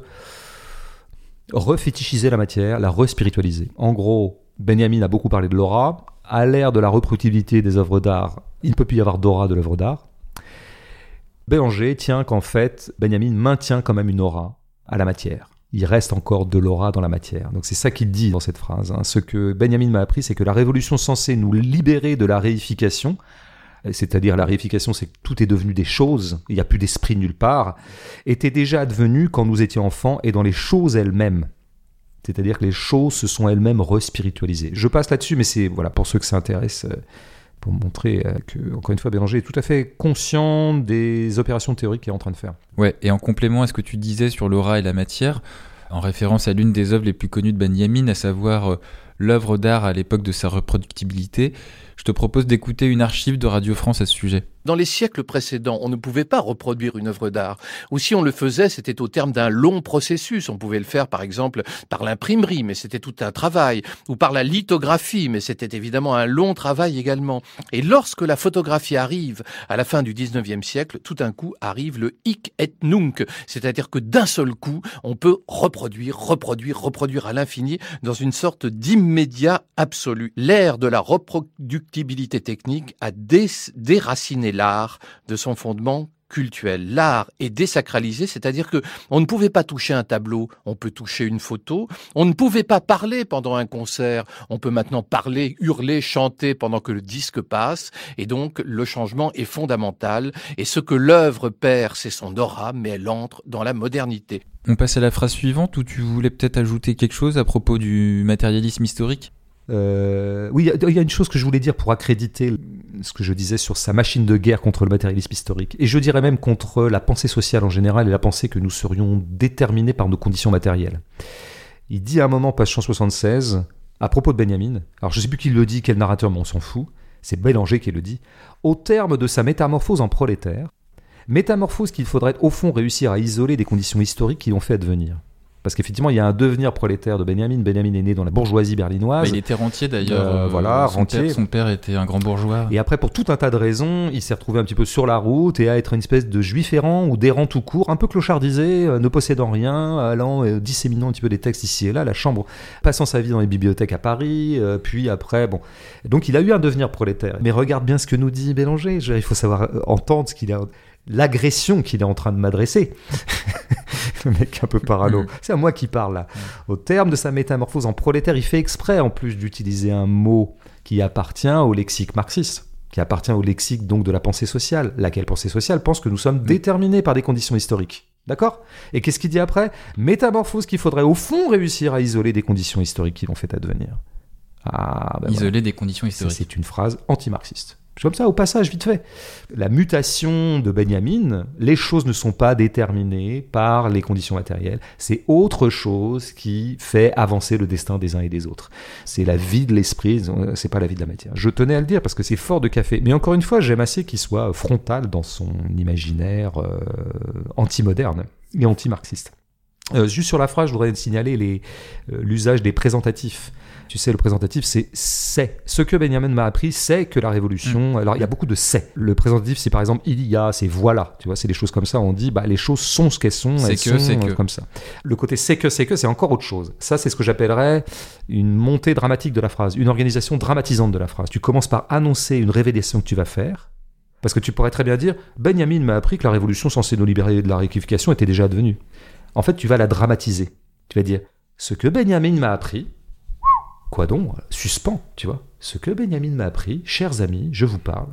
refétichiser la matière, la respiritualiser. En gros, Benjamin a beaucoup parlé de l'aura. À l'ère de la reproductibilité des œuvres d'art, il ne peut plus y avoir d'aura de l'œuvre d'art. Bélanger tient qu'en fait, Benjamin maintient quand même une aura à la matière. Il reste encore de l'aura dans la matière. Donc c'est ça qu'il dit dans cette phrase. Hein. Ce que Benjamin m'a appris, c'est que la révolution censée nous libérer de la réification, c'est-à-dire la réification, c'est que tout est devenu des choses, il n'y a plus d'esprit nulle part, était déjà advenue quand nous étions enfants et dans les choses elles-mêmes. C'est-à-dire que les choses se sont elles-mêmes respiritualisées. Je passe là-dessus, mais c'est voilà, pour ceux que ça intéresse... pour montrer que, encore une fois, Bélanger est tout à fait conscient des opérations théoriques qu'il est en train de faire. Ouais, et en complément à ce que tu disais sur l'aura et la matière, en référence à l'une des œuvres les plus connues de Benjamin, à savoir euh, l'œuvre d'art à l'époque de sa reproductibilité, je te propose d'écouter une archive de Radio France à ce sujet. Dans les siècles précédents, on ne pouvait pas reproduire une œuvre d'art. Ou si on le faisait, c'était au terme d'un long processus. On pouvait le faire, par exemple, par l'imprimerie, mais c'était tout un travail. Ou par la lithographie, mais c'était évidemment un long travail également. Et lorsque la photographie arrive, à la fin du dix-neuvième siècle, tout d'un coup arrive le hic et nunc. C'est-à-dire que d'un seul coup, on peut reproduire, reproduire, reproduire à l'infini dans une sorte d'immédiat absolu. L'ère de la reproductibilité technique a dé- déraciné l'art de son fondement cultuel. L'art est désacralisé, c'est-à-dire que on ne pouvait pas toucher un tableau, on peut toucher une photo. On ne pouvait pas parler pendant un concert, on peut maintenant parler, hurler, chanter pendant que le disque passe. Et donc, le changement est fondamental. Et ce que l'œuvre perd, c'est son aura, mais elle entre dans la modernité. On passe à la phrase suivante où tu voulais peut-être ajouter quelque chose à propos du matérialisme historique ? Euh, oui, il y a une chose que je voulais dire pour accréditer ce que je disais sur sa machine de guerre contre le matérialisme historique. Et je dirais même contre la pensée sociale en général et la pensée que nous serions déterminés par nos conditions matérielles. Il dit à un moment, page cent soixante-seize, à propos de Benjamin, alors je ne sais plus qui le dit, quel narrateur, mais on s'en fout, c'est Bélanger qui le dit, au terme de sa métamorphose en prolétaire, métamorphose qu'il faudrait au fond réussir à isoler des conditions historiques qui l'ont fait advenir. Parce qu'effectivement, il y a un devenir prolétaire de Benjamin. Benjamin est né dans la bourgeoisie berlinoise. Bah, il était rentier d'ailleurs. Euh, voilà, son rentier. Père, son père était un grand bourgeois. Et après, pour tout un tas de raisons, il s'est retrouvé un petit peu sur la route et à être une espèce de juif errant ou d'errant tout court, un peu clochardisé, euh, ne possédant rien, allant euh, disséminant un petit peu des textes ici et là, la chambre, passant sa vie dans les bibliothèques à Paris, euh, puis après, bon. Donc il a eu un devenir prolétaire. Mais regarde bien ce que nous dit Bélanger. Je veux dire, il faut savoir euh, entendre ce qu'il a... l'agression qu'il est en train de m'adresser. Le mec un peu parano. C'est à moi qui parle là. Au terme de sa métamorphose en prolétaire, il fait exprès en plus d'utiliser un mot qui appartient au lexique marxiste, qui appartient au lexique donc de la pensée sociale, laquelle pensée sociale pense que nous sommes déterminés par des conditions historiques. D'accord ? Et qu'est-ce qu'il dit après ? Métamorphose qu'il faudrait au fond réussir à isoler des conditions historiques qui l'ont fait advenir. Ah, ben isoler voilà. des conditions historiques. Ça, c'est une phrase anti-marxiste. Comme ça, au passage, vite fait. La mutation de Benjamin, les choses ne sont pas déterminées par les conditions matérielles. C'est autre chose qui fait avancer le destin des uns et des autres. C'est la vie de l'esprit, c'est pas la vie de la matière. Je tenais à le dire parce que c'est fort de café. Mais encore une fois, j'aime assez qu'il soit frontal dans son imaginaire euh, anti-moderne et anti-marxiste. Euh, juste sur la phrase, je voudrais signaler les, euh, l'usage des présentatifs. Tu sais, le présentatif, c'est « c'est ». Ce que Benjamin m'a appris, c'est que la révolution... Mmh. Alors, il y a beaucoup de « c'est ». Le présentatif, c'est par exemple « il y a », c'est « voilà ». Tu vois, c'est des choses comme ça. On dit bah, « les choses sont ce qu'elles sont ». C'est elles que, sont c'est que. Comme ça. Le côté « c'est que, c'est que », c'est encore autre chose. Ça, c'est ce que j'appellerais une montée dramatique de la phrase, une organisation dramatisante de la phrase. Tu commences par annoncer une révélation que tu vas faire, parce que tu pourrais très bien dire « Benjamin m'a appris que la révolution censée nous libérer de la réification était déjà advenue ». En fait, tu vas la dramatiser. Tu vas dire « ce que Benjamin m'a appris », quoi donc ? Suspens, tu vois. Ce que Benjamin m'a appris, chers amis, je vous parle,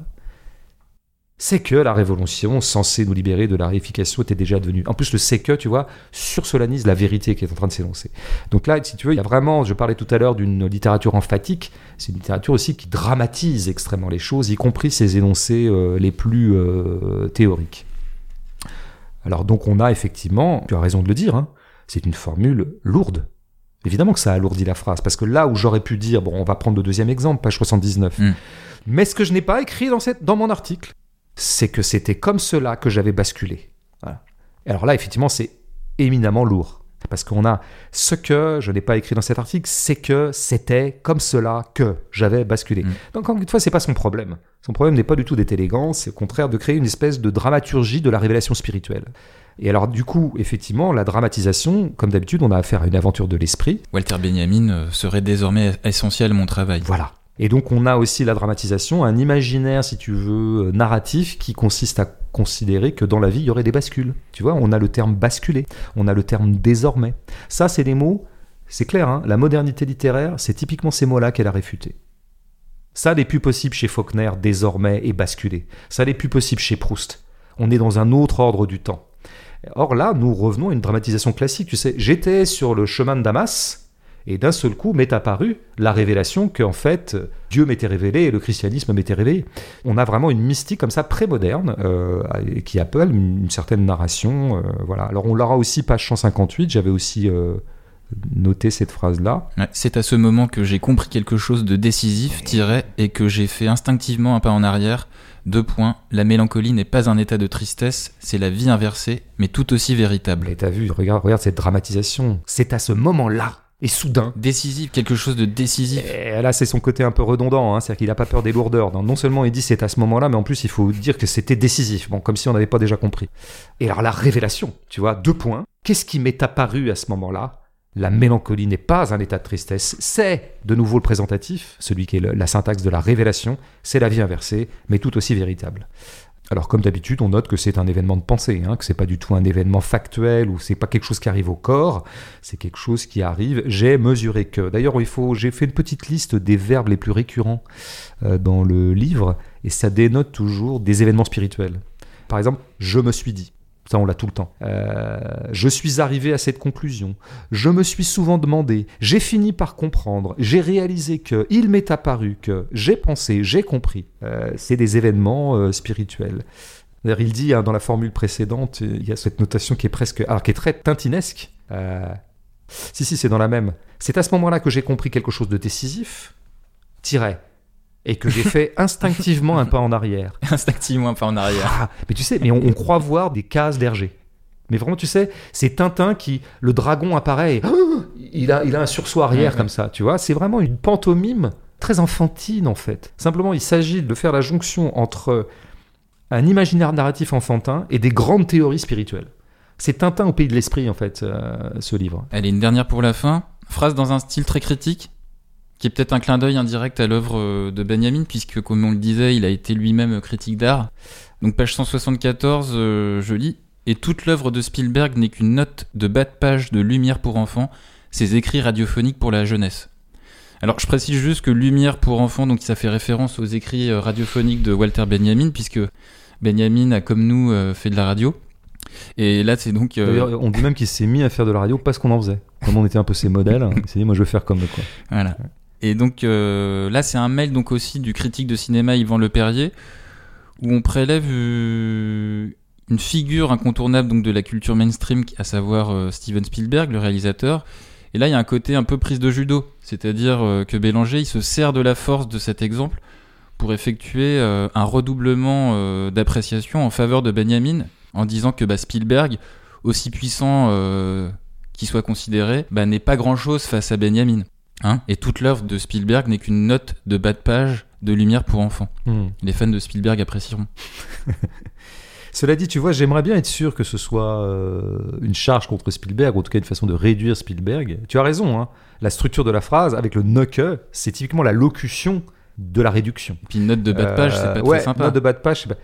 c'est que la révolution censée nous libérer de la réification était déjà devenue. En plus, le c'est que, tu vois, sursolanise la vérité qui est en train de s'énoncer. Donc là, si tu veux, il y a vraiment, je parlais tout à l'heure d'une littérature emphatique, c'est une littérature aussi qui dramatise extrêmement les choses, y compris ses énoncés euh, les plus euh, théoriques. Alors donc on a effectivement, tu as raison de le dire, hein, c'est une formule lourde. Évidemment que ça alourdit la phrase, parce que là où j'aurais pu dire, bon, on va prendre le deuxième exemple, page soixante-dix-neuf, mm. mais ce que je n'ai pas écrit dans, cette, dans mon article, c'est que c'était comme cela que j'avais basculé. Voilà. Et alors là, effectivement, c'est éminemment lourd, parce qu'on a ce que je n'ai pas écrit dans cet article, c'est que c'était comme cela que j'avais basculé. Mm. Donc, encore une fois, c'est pas son problème. Son problème n'est pas du tout d'être élégant, c'est au contraire de créer une espèce de dramaturgie de la révélation spirituelle. Et alors, du coup, effectivement, la dramatisation, comme d'habitude, on a affaire à une aventure de l'esprit. Walter Benjamin serait désormais essentiel à mon travail. Voilà. Et donc, on a aussi la dramatisation, un imaginaire, si tu veux, narratif, qui consiste à considérer que dans la vie, il y aurait des bascules. Tu vois, on a le terme « basculer », on a le terme « désormais ». Ça, c'est des mots, c'est clair, hein, la modernité littéraire, c'est typiquement ces mots-là qu'elle a réfutés. Ça n'est plus possible chez Faulkner, « désormais » et « basculer ». Ça n'est plus possible chez Proust. On est dans un autre ordre du temps. Or là, nous revenons à une dramatisation classique. Tu sais, j'étais sur le chemin de Damas, et d'un seul coup m'est apparue la révélation qu'en fait, Dieu m'était révélé et le christianisme m'était révélé. On a vraiment une mystique comme ça, pré-moderne, euh, qui appelle une, une certaine narration. Euh, voilà. Alors on l'aura aussi, page cent cinquante-huit, j'avais aussi euh, noté cette phrase-là. Ouais, c'est à ce moment que j'ai compris quelque chose de décisif, tiré, et que j'ai fait instinctivement un pas en arrière. Deux points, la mélancolie n'est pas un état de tristesse, c'est la vie inversée, mais tout aussi véritable. Et t'as vu, regarde, regarde cette dramatisation. C'est à ce moment-là, et soudain. Décisif, quelque chose de décisif. Et là, c'est son côté un peu redondant, hein, c'est-à-dire qu'il n'a pas peur des lourdeurs. Non, non seulement il dit c'est à ce moment-là, mais en plus il faut dire que c'était décisif, bon, comme si on n'avait pas déjà compris. Et alors la révélation, tu vois, deux points. Qu'est-ce qui m'est apparu à ce moment-là ? La mélancolie n'est pas un état de tristesse, c'est de nouveau le présentatif, celui qui est le, la syntaxe de la révélation, c'est la vie inversée, mais tout aussi véritable. Alors comme d'habitude, on note que c'est un événement de pensée, hein, que c'est pas du tout un événement factuel, ou c'est pas quelque chose qui arrive au corps, c'est quelque chose qui arrive, j'ai mesuré que. D'ailleurs, il faut, j'ai fait une petite liste des verbes les plus récurrents euh, dans le livre, et ça dénote toujours des événements spirituels. Par exemple, je me suis dit. Ça, on l'a tout le temps. Euh, je suis arrivé à cette conclusion. Je me suis souvent demandé. J'ai fini par comprendre. J'ai réalisé que. Il m'est apparu que. J'ai pensé. J'ai compris. Euh, c'est des événements euh, spirituels. D'ailleurs, il dit hein, dans la formule précédente, il y a cette notation qui est presque, alors qui est très tintinesque. Euh, si si, c'est dans la même. C'est à ce moment-là que j'ai compris quelque chose de décisif. Tiret. Et que j'ai fait instinctivement un pas en arrière. Instinctivement un pas en arrière. Ah, mais tu sais, mais on, on croit voir des cases d'Hergé. Mais vraiment, tu sais, c'est Tintin qui, le dragon apparaît, et, oh, il, a, il a un sursaut arrière ouais, comme ouais. ça, tu vois. C'est vraiment une pantomime très enfantine, en fait. Simplement, il s'agit de faire la jonction entre un imaginaire narratif enfantin et des grandes théories spirituelles. C'est Tintin au pays de l'esprit, en fait, euh, ce livre. Allez, une dernière pour la fin. Phrase dans un style très critique, qui est peut-être un clin d'œil indirect à l'œuvre de Benjamin, puisque, comme on le disait, il a été lui-même critique d'art. Donc, page cent soixante-quatorze, euh, je lis « Et toute l'œuvre de Spielberg n'est qu'une note de bas de page de Lumière pour enfants, ses écrits radiophoniques pour la jeunesse. » Alors, je précise juste que Lumière pour enfants, donc ça fait référence aux écrits radiophoniques de Walter Benjamin, puisque Benjamin a, comme nous, fait de la radio. Et là, c'est donc. Euh... D'ailleurs, on dit même qu'il s'est mis à faire de la radio parce qu'on en faisait. Comme on était un peu ses modèles, hein, il s'est dit, moi, je veux faire comme eux, quoi. Voilà. Ouais. Et donc, euh, là, c'est un mail donc aussi du critique de cinéma Yvan Leperrier, où on prélève euh, une figure incontournable donc de la culture mainstream, à savoir euh, Steven Spielberg, le réalisateur. Et là, il y a un côté un peu prise de judo, c'est-à-dire euh, que Bélanger, il se sert de la force de cet exemple pour effectuer euh, un redoublement euh, d'appréciation en faveur de Benjamin, en disant que bah, Spielberg, aussi puissant euh, qu'il soit considéré, bah, n'est pas grand-chose face à Benjamin. Hein, et toute l'œuvre de Spielberg n'est qu'une note de bas de page de lumière pour enfants. Mmh. Les fans de Spielberg apprécieront. Cela dit, tu vois, j'aimerais bien être sûr que ce soit euh, une charge contre Spielberg, ou en tout cas une façon de réduire Spielberg. Tu as raison, hein. La structure de la phrase, avec le Nocke, c'est typiquement la locution de la réduction. Et puis une note de bas de page, euh, c'est pas ouais, très sympa. Note de bas de page, c'est pas...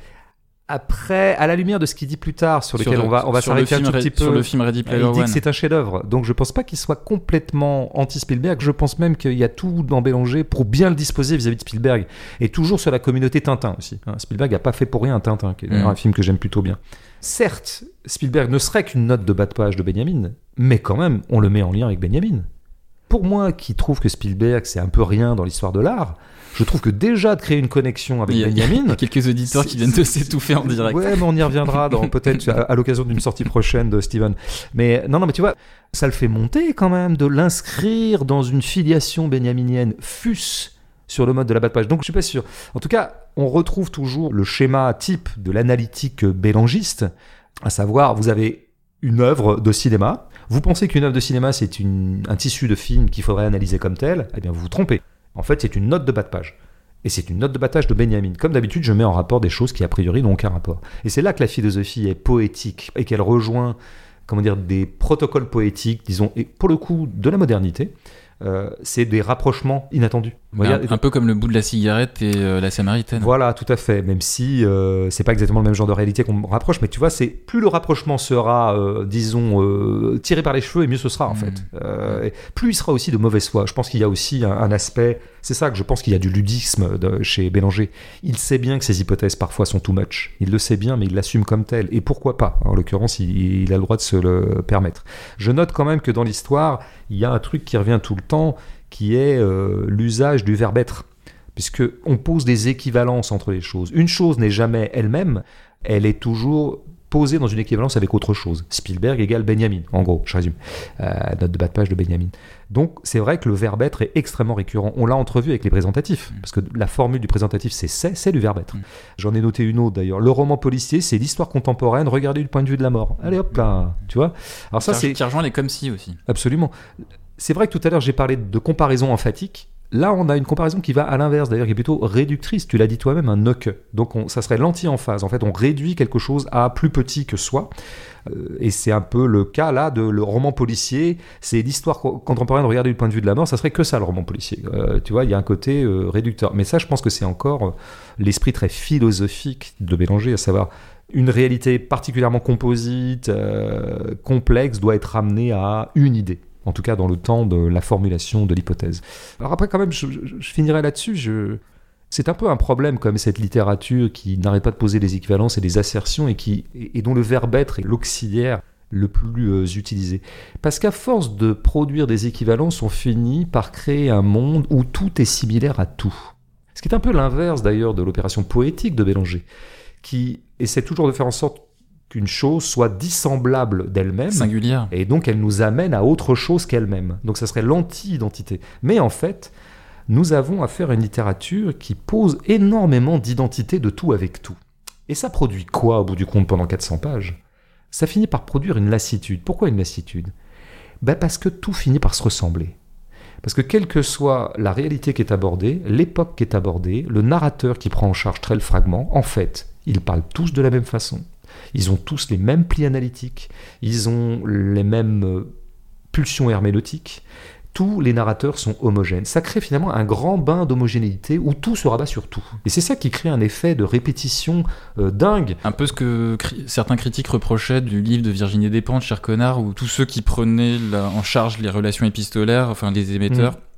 Après, à la lumière de ce qu'il dit plus tard, sur lequel sur on va, on va s'arrêter un tout petit peu. Sur le film Ready Player One. Il dit que c'est un chef-d'œuvre. Donc je pense pas qu'il soit complètement anti-Spielberg. Je pense même qu'il y a tout dans Bélanger pour bien le disposer vis-à-vis de Spielberg. Et toujours sur la communauté Tintin aussi. Hein, Spielberg n'a pas fait pour rien un Tintin, qui est mmh. un film que j'aime plutôt bien. Certes, Spielberg ne serait qu'une note de bas de page de Benjamin, mais quand même, on le met en lien avec Benjamin. Pour moi, qui trouve que Spielberg, c'est un peu rien dans l'histoire de l'art, je trouve que déjà de créer une connexion avec il y a, Benjamin... Il y a quelques auditeurs qui viennent de s'étouffer en direct. Ouais, mais on y reviendra dans, peut-être à, à l'occasion d'une sortie prochaine de Steven. Mais non, non, mais tu vois, ça le fait monter quand même de l'inscrire dans une filiation benjaminienne, fût-ce sur le mode de la bas de page. Donc je suis pas sûr. En tout cas, on retrouve toujours le schéma type de l'analytique bélangiste, à savoir, vous avez une œuvre de cinéma. Vous pensez qu'une œuvre de cinéma, c'est une, un tissu de film qu'il faudrait analyser comme tel, eh bien vous vous trompez. En fait, c'est une note de bas de page. Et c'est une note de bas de page de Benjamin. Comme d'habitude, je mets en rapport des choses qui, a priori, n'ont aucun rapport. Et c'est là que la philosophie est poétique et qu'elle rejoint, comment dire, des protocoles poétiques, disons, et pour le coup, de la modernité. Euh, c'est des rapprochements inattendus. Ben, un, un peu comme le bout de la cigarette et euh, la Samaritaine. Voilà, tout à fait. Même si euh, c'est pas exactement le même genre de réalité qu'on rapproche, mais tu vois, c'est plus le rapprochement sera, euh, disons, euh, tiré par les cheveux, et mieux ce sera en mmh. fait. Euh, et plus il sera aussi de mauvaise foi. Je pense qu'il y a aussi un, un aspect. C'est ça que je pense qu'il y a du ludisme de, chez Bélanger. Il sait bien que ses hypothèses parfois sont too much. Il le sait bien, mais il l'assume comme tel. Et pourquoi pas ? En l'occurrence, il, il a le droit de se le permettre. Je note quand même que dans l'histoire, il y a un truc qui revient tout le temps, qui est euh, l'usage du verbe être, puisqu'on pose des équivalences entre les choses. Une chose n'est jamais elle-même, elle est toujours posée dans une équivalence avec autre chose. Spielberg égale Benjamin, en gros, je résume. Euh, note de bas de page de Benjamin. Donc c'est vrai que le verbe être est extrêmement récurrent. On l'a entrevu avec les présentatifs, parce que la formule du présentatif c'est c'est, c'est du verbe être. Mm. J'en ai noté une autre d'ailleurs. Le roman policier, c'est l'histoire contemporaine, regardez du point de vue de la mort. Allez hop là, tu vois. Alors ça, c'est... Qui rejoint les comme si aussi. Absolument. C'est vrai que tout à l'heure j'ai parlé de comparaison emphatique. Là, on a une comparaison qui va à l'inverse, d'ailleurs, qui est plutôt réductrice. Tu l'as dit toi-même, un Nocke. Donc, on, ça serait l'anti-emphase. En fait, on réduit quelque chose à plus petit que soi. Euh, et c'est un peu le cas, là, de le roman policier. C'est l'histoire contemporaine, regardez du point de vue de la mort. Ça serait que ça, le roman policier. Euh, tu vois, il y a un côté euh, réducteur. Mais ça, je pense que c'est encore euh, l'esprit très philosophique de Bélanger, à savoir... Une réalité particulièrement composite, euh, complexe, doit être ramenée à une idée. En tout cas, dans le temps de la formulation de l'hypothèse. Alors après, quand même, je, je, je finirai là-dessus. Je... C'est un peu un problème, comme cette littérature qui n'arrête pas de poser des équivalences et des assertions et, qui, et, et dont le verbe être est l'auxiliaire le plus euh, utilisé. Parce qu'à force de produire des équivalences, on finit par créer un monde où tout est similaire à tout. Ce qui est un peu l'inverse, d'ailleurs, de l'opération poétique de Bélanger, qui essaie toujours de faire en sorte qu'une chose soit dissemblable d'elle-même. Singulière. Et donc, elle nous amène à autre chose qu'elle-même. Donc, ça serait l'anti-identité. Mais en fait, nous avons affaire à une littérature qui pose énormément d'identité de tout avec tout. Et ça produit quoi, au bout du compte, pendant quatre cents pages ? Ça finit par produire une lassitude. Pourquoi une lassitude ? Ben parce que tout finit par se ressembler. Parce que quelle que soit la réalité qui est abordée, l'époque qui est abordée, le narrateur qui prend en charge tel fragment, en fait, ils parlent tous de la même façon. Ils ont tous les mêmes plis analytiques, ils ont les mêmes pulsions herméneutiques. Tous les narrateurs sont homogènes. Ça crée finalement un grand bain d'homogénéité où tout se rabat sur tout. Et c'est ça qui crée un effet de répétition euh, dingue. Un peu ce que cri- certains critiques reprochaient du livre de Virginie Despentes, Cher connard, où tous ceux qui prenaient la, en charge les relations épistolaires, enfin les émetteurs, mmh.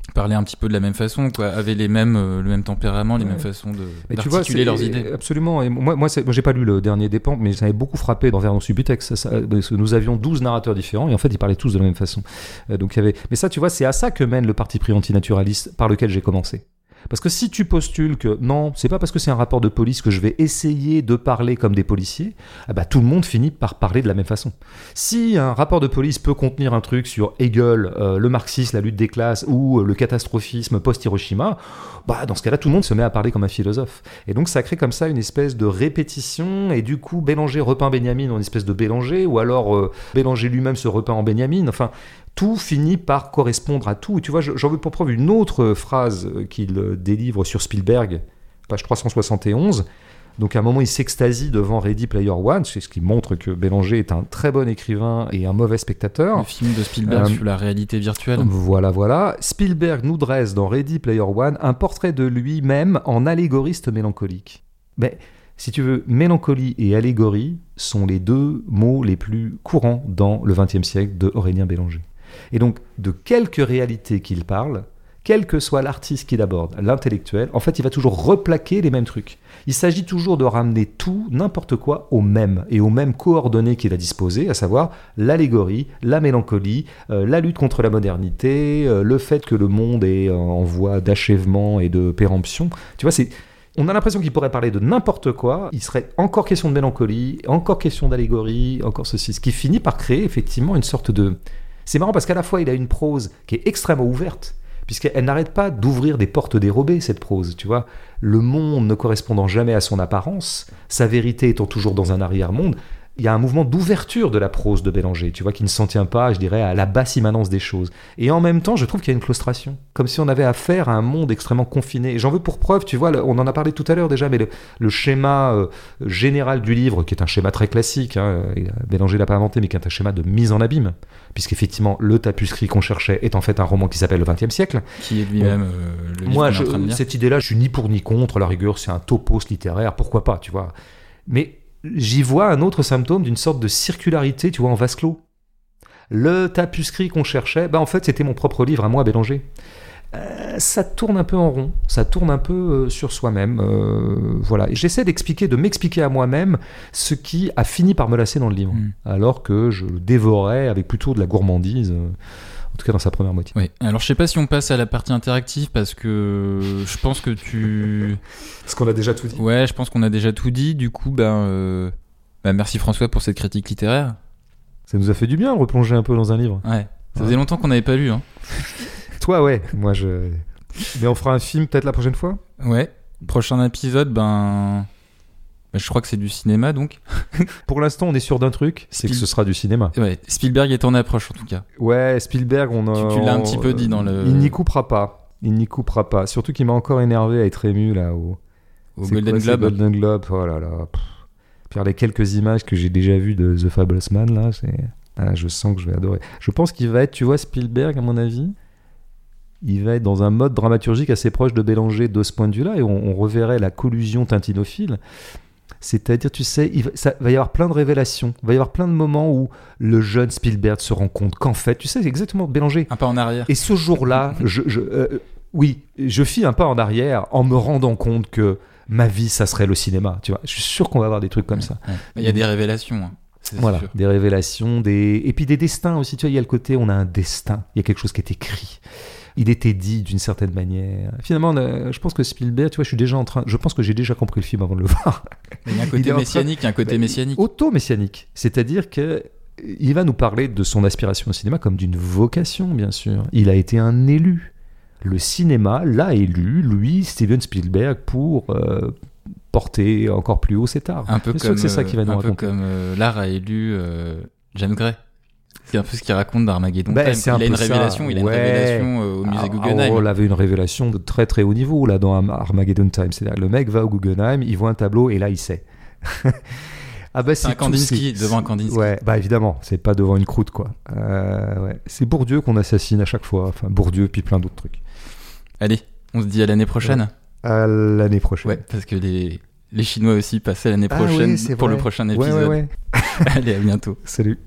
parlaient un petit peu de la même façon, quoi, avaient les mêmes, euh, le même tempérament, les Ouais. mêmes façons de, Et tu d'articuler vois, leurs c'est- idées. Absolument. Et moi, moi, c'est- moi, j'ai pas lu le dernier des Pentes, mais ça m'avait beaucoup frappé dans Vernon Subutex. Ça, ça, parce que nous avions douze narrateurs différents et en fait, ils parlaient tous de la même façon. Euh, donc, il y avait. Mais ça, tu vois, c'est à ça que mène le parti pris antinaturaliste par lequel j'ai commencé. Parce que si tu postules que non, c'est pas parce que c'est un rapport de police que je vais essayer de parler comme des policiers, ah bah, tout le monde finit par parler de la même façon. Si un rapport de police peut contenir un truc sur Hegel, euh, le marxisme, la lutte des classes ou euh, le catastrophisme post-Hiroshima, bah, dans ce cas-là, tout le monde se met à parler comme un philosophe. Et donc ça crée comme ça une espèce de répétition, et du coup, Bélanger repeint Benjamin en une espèce de Bélanger, ou alors euh, Bélanger lui-même se repeint en Benjamin, enfin... Tout finit par correspondre à tout. Et tu vois, j'en veux pour preuve une autre phrase qu'il délivre sur Spielberg, page trois cent soixante et onze. Donc à un moment, il s'extasie devant Ready Player One, c'est ce qui montre que Bélanger est un très bon écrivain et un mauvais spectateur. Le film de Spielberg Euh, sur la réalité virtuelle. Voilà, voilà. Spielberg nous dresse dans Ready Player One un portrait de lui-même en allégoriste mélancolique. Mais si tu veux, mélancolie et allégorie sont les deux mots les plus courants dans le vingtième siècle de Aurélien Bélanger. Et donc, de quelque réalité qu'il parle, quel que soit l'artiste qu'il aborde, l'intellectuel, en fait, il va toujours replaquer les mêmes trucs. Il s'agit toujours de ramener tout, n'importe quoi, au même, et aux mêmes coordonnées qu'il a disposées, à savoir l'allégorie, la mélancolie, euh, la lutte contre la modernité, euh, le fait que le monde est en voie d'achèvement et de péremption. Tu vois, c'est... On a l'impression qu'il pourrait parler de n'importe quoi, il serait encore question de mélancolie, encore question d'allégorie, encore ceci, ce qui finit par créer effectivement une sorte de... C'est marrant parce qu'à la fois il a une prose qui est extrêmement ouverte, puisqu'elle n'arrête pas d'ouvrir des portes dérobées, cette prose, tu vois. Le monde ne correspondant jamais à son apparence, sa vérité étant toujours dans un arrière-monde, il y a un mouvement d'ouverture de la prose de Bélanger, tu vois, qui ne s'en tient pas, je dirais, à la basse immanence des choses. Et en même temps, je trouve qu'il y a une claustration, comme si on avait affaire à un monde extrêmement confiné. Et j'en veux pour preuve, tu vois, on en a parlé tout à l'heure déjà, mais le, le schéma euh, général du livre, qui est un schéma très classique, hein, Bélanger l'a pas inventé, mais qui est un schéma de mise en abîme, puisqu'effectivement, le tapuscrit qu'on cherchait est en fait un roman qui s'appelle Le vingtième siècle. Qui est lui-même bon. euh, le livre Moi, qu'on est je, en train de lire. Cette idée-là, je suis ni pour ni contre, à la rigueur, c'est un topos littéraire, pourquoi pas, tu vois. Mais j'y vois un autre symptôme d'une sorte de circularité, tu vois, en vase clos. Le tapuscrit qu'on cherchait, bah en fait, c'était mon propre livre à moi, Bélanger. Euh, ça tourne un peu en rond, ça tourne un peu euh, sur soi-même. Euh, voilà. Et j'essaie d'expliquer, de m'expliquer à moi-même ce qui a fini par me lasser dans le livre, mmh. alors que je le dévorais avec plutôt de la gourmandise. Euh, En tout cas, dans sa première moitié. Oui. Alors, je sais pas si on passe à la partie interactive parce que je pense que tu. Parce qu'on a déjà tout dit. Ouais, je pense qu'on a déjà tout dit. Du coup, ben, euh... ben, merci François pour cette critique littéraire. Ça nous a fait du bien de replonger un peu dans un livre. Ouais. Ça ouais. faisait longtemps qu'on n'avait pas lu. Hein. Toi, ouais. Moi, je. Mais on fera un film peut-être la prochaine fois. Ouais. Prochain épisode, ben. Je crois que c'est du cinéma, donc. Pour l'instant, on est sûr d'un truc, c'est Spiel... que ce sera du cinéma. Ouais, Spielberg est en approche, en tout cas. Ouais, Spielberg, on a... Tu, tu l'as un petit peu dit dans le... Il n'y coupera pas. Il n'y coupera pas. Surtout qu'il m'a encore énervé à être ému, là, au... Au Golden Globe. Golden Globe, oh là là. Pff. Puis les quelques images que j'ai déjà vues de The Fablesman, là, c'est... Ah, je sens que je vais adorer. Je pense qu'il va être, tu vois, Spielberg, à mon avis... Il va être dans un mode dramaturgique assez proche de Bélanger de ce point de vue-là, et on, on reverrait la collusion tintinophile. C'est-à-dire, tu sais, il va, ça va y avoir plein de révélations, il va y avoir plein de moments où le jeune Spielberg se rend compte qu'en fait, tu sais, c'est exactement Bélanger. Un pas en arrière. Et ce jour-là, je, je, euh, oui, je fis un pas en arrière en me rendant compte que ma vie, ça serait le cinéma. Tu vois, je suis sûr qu'on va avoir des trucs comme ouais, ça. Ouais. Il y a des révélations. Hein. C'est voilà, sûr. Des révélations, des... et puis des destins aussi. Tu vois, il y a le côté, on a un destin, il y a quelque chose qui est écrit. Il était dit d'une certaine manière. Finalement, je pense que Spielberg, tu vois, je suis déjà en train. Je pense que j'ai déjà compris le film avant de le voir. Il y a un côté messianique, il y a un côté messianique. Auto-messianique. C'est-à-dire que il va nous parler de son aspiration au cinéma comme d'une vocation, bien sûr. Il a été un élu. Le cinéma l'a élu, lui, Steven Spielberg, pour euh, porter encore plus haut cet art. Un peu bien comme, sûr que c'est ça qui va nous un raconter. peu comme euh, l'art a élu euh, James Gray. C'est un peu ce qu'il raconte d'Armageddon ben, Time. C'est il un a peu une ça. révélation, il a ouais. une révélation euh, au musée ah, Guggenheim. Oh, il avait une révélation de très très haut niveau là dans Armageddon Time. C'est-à-dire le mec va au Guggenheim, il voit un tableau et là il sait. ah bah, c'est, c'est un Kandinsky, devant un Kandinsky. Ouais, bah évidemment, c'est pas devant une croûte quoi. Euh, ouais. C'est Bourdieu qu'on assassine à chaque fois. Enfin Bourdieu puis plein d'autres trucs. Allez, on se dit à l'année prochaine. Ouais. À l'année prochaine. Ouais, parce que les les Chinois aussi passent à l'année prochaine ah, oui, pour vrai. Le prochain épisode. Ouais, ouais, ouais. Allez, à bientôt. Salut.